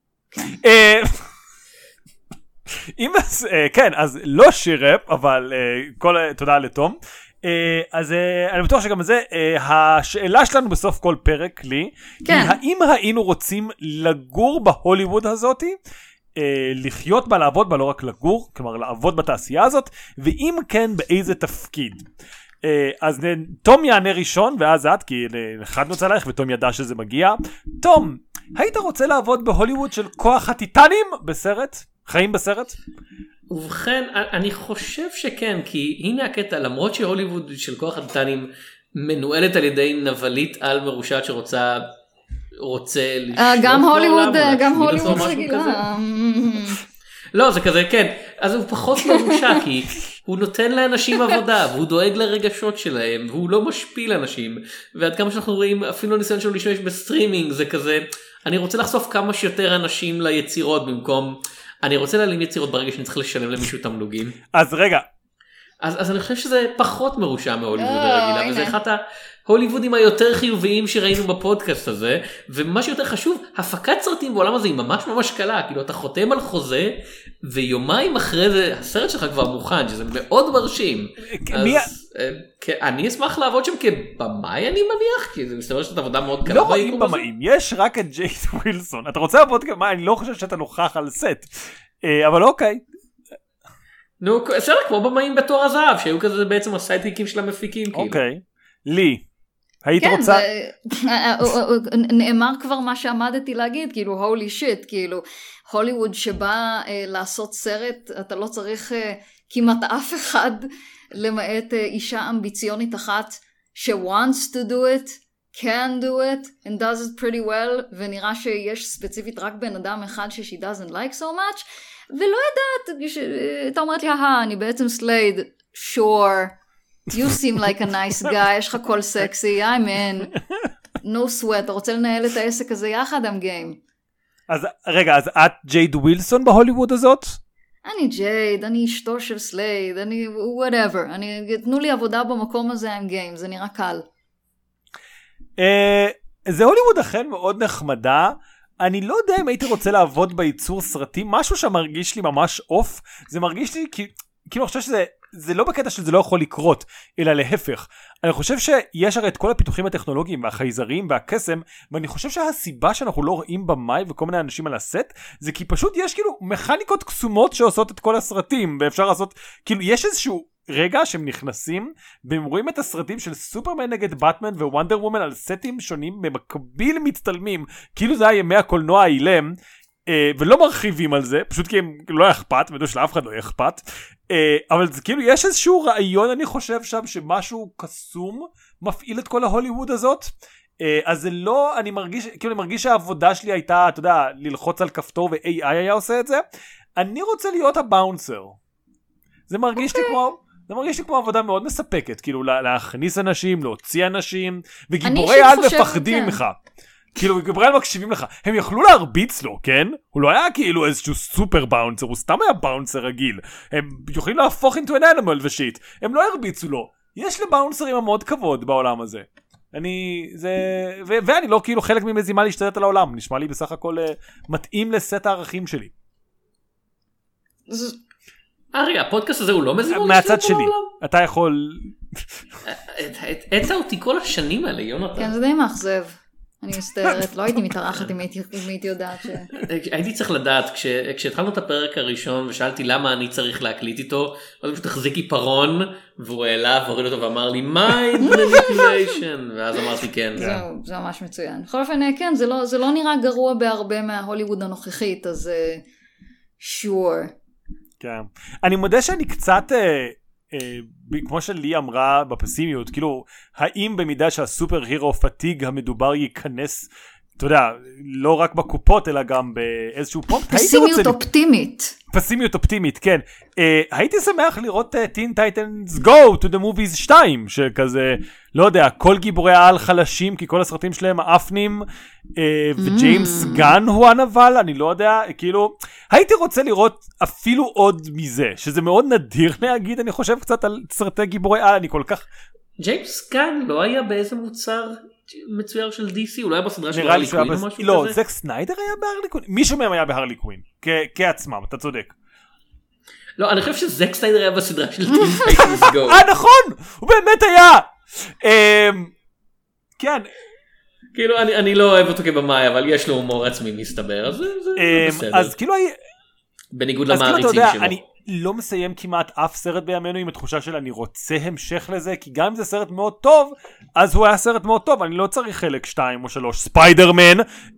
כן, אז לא שיר ראפ, אבל תודה לתום. אז אני בטוח שגם זה, השאלה שלנו בסוף כל פרק לי, האם היינו רוצים לגור בהוליווד הזאתי, לחיות בה, לעבוד בה, לא רק לגור, כלומר לעבוד בתעשייה הזאת, ואם כן, באיזה תפקיד. אז תום יענה ראשון, ואז את, כי לחדנו עלייך, ותום ידע שזה מגיע. תום, היית רוצה לעבוד בהוליווד של כוח הטיטנים בסרט? חיים בסרט? ובכן, אני חושב שכן, כי הנה הקטע, למרות שהוליווד של כוח הטיטנים מנוהלת על ידי נבלית על מרושעת שרוצה לשלוט גם הוליווד, בעולם, גם הוליווד רגילה. לא, זה כזה, כן. אז הוא פחות מרושע, כי הוא נותן לאנשים עבודה, והוא דואג לרגשות שלהם, והוא לא משפיל אנשים. ועד כמה שאנחנו רואים, אפילו ניסיון שלו להשתמש בסטרימינג, זה כזה, אני רוצה לחשוף כמה שיותר אנשים ליצירות, במקום, אני רוצה להעלים יצירות ברגע שאני צריך לשלם למישהו תמלוגים. אז רגע. אז אני חושב שזה פחות מרושע מהוליווד הרגילה, וזה אחד ההוליוודים היותר חיוביים שראינו בפודקאסט הזה, ומה שיותר חשוב, הפקת סרטים בעולם הזה היא ממש ממש קלה, כאילו אתה חותם על חוזה, ויומיים אחרי זה הסרט שלך כבר מוכן, שזה מאוד מרשים. אני אשמח לעבוד שם כבמאי אני מניח, כי זה מסתבר שזאת עבודה מאוד קלה. לא רואים במאים, יש רק את ג'ייד ווילסון, אתה רוצה לעבוד כבמאי, אני לא חושב שאתה נוכח על סט, אבל אוקיי. נו, בסדר, כמו במאים בתור הזהב, שהיו כזה בעצם הסיידקיקים של המפיקים. אוקיי, לי, היית רוצה? נאמר כבר מה שעמדתי להגיד, כאילו, הולי שיט, כאילו, הוליווד שבא לעשות סרט, אתה לא צריך כמעט אף אחד, למעט אישה אמביציונית אחת, ש-wants to do it, can do it, and does it pretty well, ונראה שיש ספציפית רק בן אדם אחד ש-she doesn't like so much, ולא יודעת, אתה אומרת לי, אני בעצם סלייד, sure, you seem like a nice guy, יש לך קול סקסי, I'm in, no sweat, אתה רוצה לנהל את העסק הזה יחד, I'm game. אז רגע, אז את ג'ייד ווילסון בהוליווד הזאת? אני ג'ייד, אני אשתו של סלייד, אני whatever, תנו לי עבודה במקום הזה, I'm game, זה נראה קל. זה הוליווד אכן מאוד נחמדה, אני לא יודע אם הייתי רוצה לעבוד בייצור סרטים, משהו שמרגיש לי ממש אוף, זה מרגיש לי כאילו אני חושב שזה לא בקטע שזה לא יכול לקרות, אלא להפך. אני חושב שיש הרי את כל הפיתוחים הטכנולוגיים והחייזרים והקסם, ואני חושב שהסיבה שאנחנו לא רואים במאי וכל מיני אנשים על הסט, זה כי פשוט יש כאילו מכניקות קסומות שעושות את כל הסרטים, ואפשר לעשות, כאילו יש איזשהו רגע שהם נכנסים, והם רואים את הסרטים של סופרמן נגד באטמן ווונדר וומן על סטים שונים במקביל מצטלמים, כאילו זה היה ימי הקולנוע האילם, ולא מרחיבים על זה, פשוט כי הם לא אכפת, מדוע שלאף אחד לא אכפת, אבל זה כאילו יש איזשהו רעיון אני חושב שם שמשהו קסום מפעיל את כל ההוליווד הזאת, אז זה לא, אני מרגיש שהעבודה שלי הייתה, אתה יודע, ללחוץ על כפתור ו-AI היה עושה את זה, אני רוצה להיות הבאונסר, זה מרגיש לי כמו עבודה מאוד מספקת, כאילו להכניס אנשים, להוציא אנשים, וגיבורי על מפחדים ממך. כאילו גיבורי על מקשיבים לך, הם יכלו להרביץ לו, כן? הוא לא היה כאילו איזשהו סופר באונסר, הוא סתם היה באונסר רגיל. הם יכולים להפוך into an animal ושיט. הם לא הרביצו לו. יש לבאונסרים המאוד כבוד בעולם הזה. ואני לא כאילו חלק ממזימה להשתלט על העולם. נשמע לי בסך הכל מתאים לסט הערכים שלי. ארי, הפודקאסט הזה הוא לא מזימה מהצד שלי. אתה יכול... הטע אותי כל השנים האלה, יונתן. כן, זה די מאכזב. אני מסתערת, לא הייתי מתארחת אם הייתי יודעת ש... הייתי צריך לדעת, כשהתחלנו את הפרק הראשון ושאלתי למה אני צריך להקליט איתו, אז הוא פשוט החזיק עיפרון, והוא העלה והוריד אותו ואמר לי, mind manipulation, ואז אמרתי כן. זה ממש מצוין. בכל אופן, כן, זה לא נראה גרוע בהרבה מההוליווד הנוכחית, אז sure. כן. אני מודה שאני קצת... כמו שלי אמרה בפסימיות, כאילו, האם במידה שהסופר הירו פתיג המדובר ייכנס, אתה יודע, לא רק בקופות, אלא גם באיזשהו פומפט? פסימיות אופטימית. פסימיות אופטימית, כן. הייתי שמח לראות Teen Titans Go to the Movies 2, שכזה, לא יודע, כל גיבורי העל חלשים, כי כל הסרטים שלהם האפנים, וג'יימס גן הוא הנבל, אני לא יודע, כאילו, הייתי רוצה לראות אפילו עוד מזה, שזה מאוד נדיר להגיד, אני חושב קצת על סרטי גיבורי העל, אני כל כך... ג'יימס גן לא היה באיזה מוצר מצויר של DC, הוא לא היה בסדרה של הרלי קווין או משהו כזה? לא, זק סניידר היה בהרלי קווין, מישהו מהם היה בהרלי קווין, כעצמם, אתה צודק. לא, אני חושב שזק סניידר היה בסדרה של Teen Titans Go. נכון, הוא באמת היה. כן. כאילו, אני לא אוהב אותו כבמאי, אבל יש לו הומור עצמי מסתבר, אז זה בסדר. אז כאילו... בניגוד למעריצים שלו. לא מסיים כמעט אף סרט בימינו עם התחושה של אני רוצה המשך לזה, כי גם אם זה סרט מאוד טוב, אז הוא היה סרט מאוד טוב, אני לא צריך חלק 2 או 3, ספיידרמן,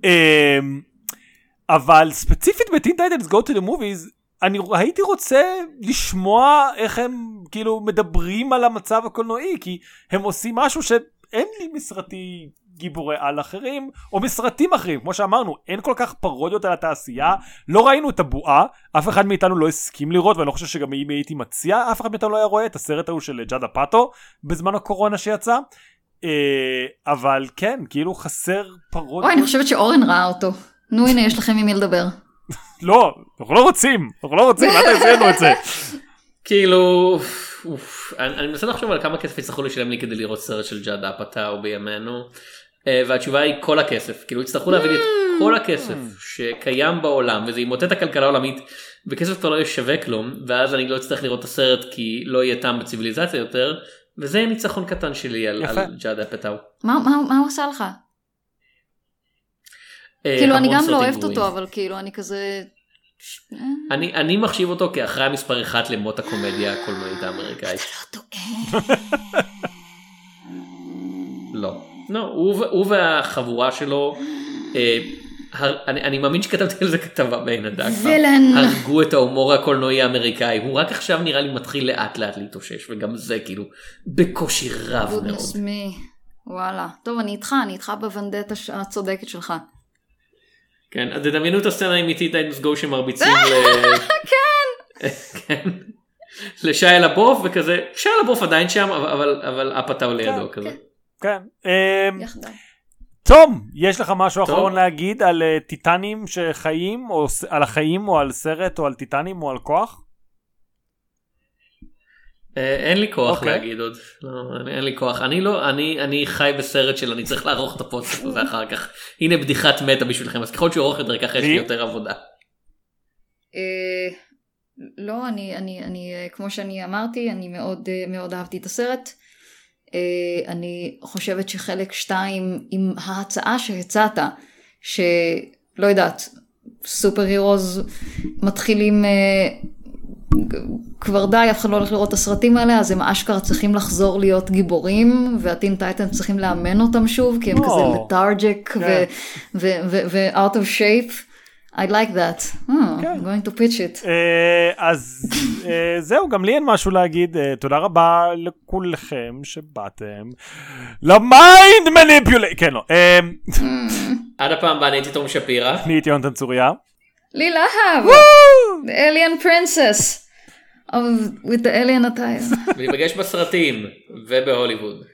אבל ספציפית בטין טייטנס Go to the Movies, אני הייתי רוצה לשמוע איך הם כאילו מדברים על המצב הקולנועי, כי הם עושים משהו שאין לי מסרטי גיבורי על אחרים, או מסרטים אחרים, כמו שאמרנו, אין כל כך פרודיות על התעשייה, לא ראינו את הבועה, אף אחד מאיתנו לא הסכים לראות, ואני לא חושב שגם אם הייתי מציע, אף אחד מאיתנו לא היה רואה את הסרט ההוא של ג'אדה פאטו, בזמן הקורונה שיצא, אבל כן, כאילו חסר פרודיות. אוי, אני חושבת שאורן ראה אותו. נו, הנה, יש לכם עם מי לדבר. לא, אנחנו לא רוצים, אל תעשינו את זה. כאילו, אני מנסה לחשוב על כמה כסף יצטרכו לשלם לי כדי לראות סרט של ג'אדה פאטו בימינו, והתשובה היא כל הכסף, כאילו יצטרכו להביא לי את כל הכסף שקיים בעולם, וזה ימוטט את הכלכלה העולמית, וכסף כבר לא ישווה כלום, ואז אני לא אצטרך לראות את הסרט כי לא יהיה טעם בציביליזציה יותר, וזה ניצחון קטן שלי על ג'אדה פאטו. מה הוא עושה לך? כאילו אני גם לא אוהבת אותו, אבל כאילו אני כזה... אני מחשיב אותו כאחראי מספר 1 למות הקומדיה הקולנועית האמריקאית. אתה לא טועה. לא, הוא והחבורה שלו, אני מאמין שכתבתי על זה כתבה בעינדה, הרגו את ההומור הקולנועי האמריקאי, הוא רק עכשיו נראה לי מתחיל לאט לאט להתאושש, וגם זה כאילו בקושי רב מאוד. וואלה, טוב אני איתך בוונדטה הצודקת שלך. כן, תדמיינו את הסצנה עם איטי טייטנס גו שמרביצים לשי לבוף וכזה, שי לבוף עדיין שם, אבל אפתאו לידו כזה. כן. תום, יש לך משהו אחרון להגיד על טיטנים שחיים, או על החיים, או על סרט, או על טיטנים, או על כוח? אין לי כוח להגיד עוד, אין לי כוח, אני חי בסרט של אני צריך לערוך את הפודקאסט הזה אחר כך, הנה בדיחת מטה בשבילכם, אז ככל שהוא ערוך את רקח יש לי יותר עבודה. לא, אני כמו שאני אמרתי, אני מאוד אהבתי את הסרט, אני חושבת שחלק 2 עם ההצעה שהצעת, שלא יודעת, סופר הירוז מתחילים... כבר די, אף אחד לא הולך לראות את הסרטים האלה, אז הם אשכרה צריכים לחזור להיות גיבורים, והטין טייטנס צריכים לאמן אותם שוב, כי הם כזה lethargic ו-out of shape. I like that. I'm going to pitch it. אז זהו, גם לי אין משהו להגיד. תודה רבה לכולכם שבאתם. למיינד מניפולייט. כן, לא. עד הפעם הבאה, אני הייתי תום שפירא. אני הייתי יונתן צוריה. לי להב. The alien princess. with the alien attire. ולהיפגש בסרטים ובהוליווד.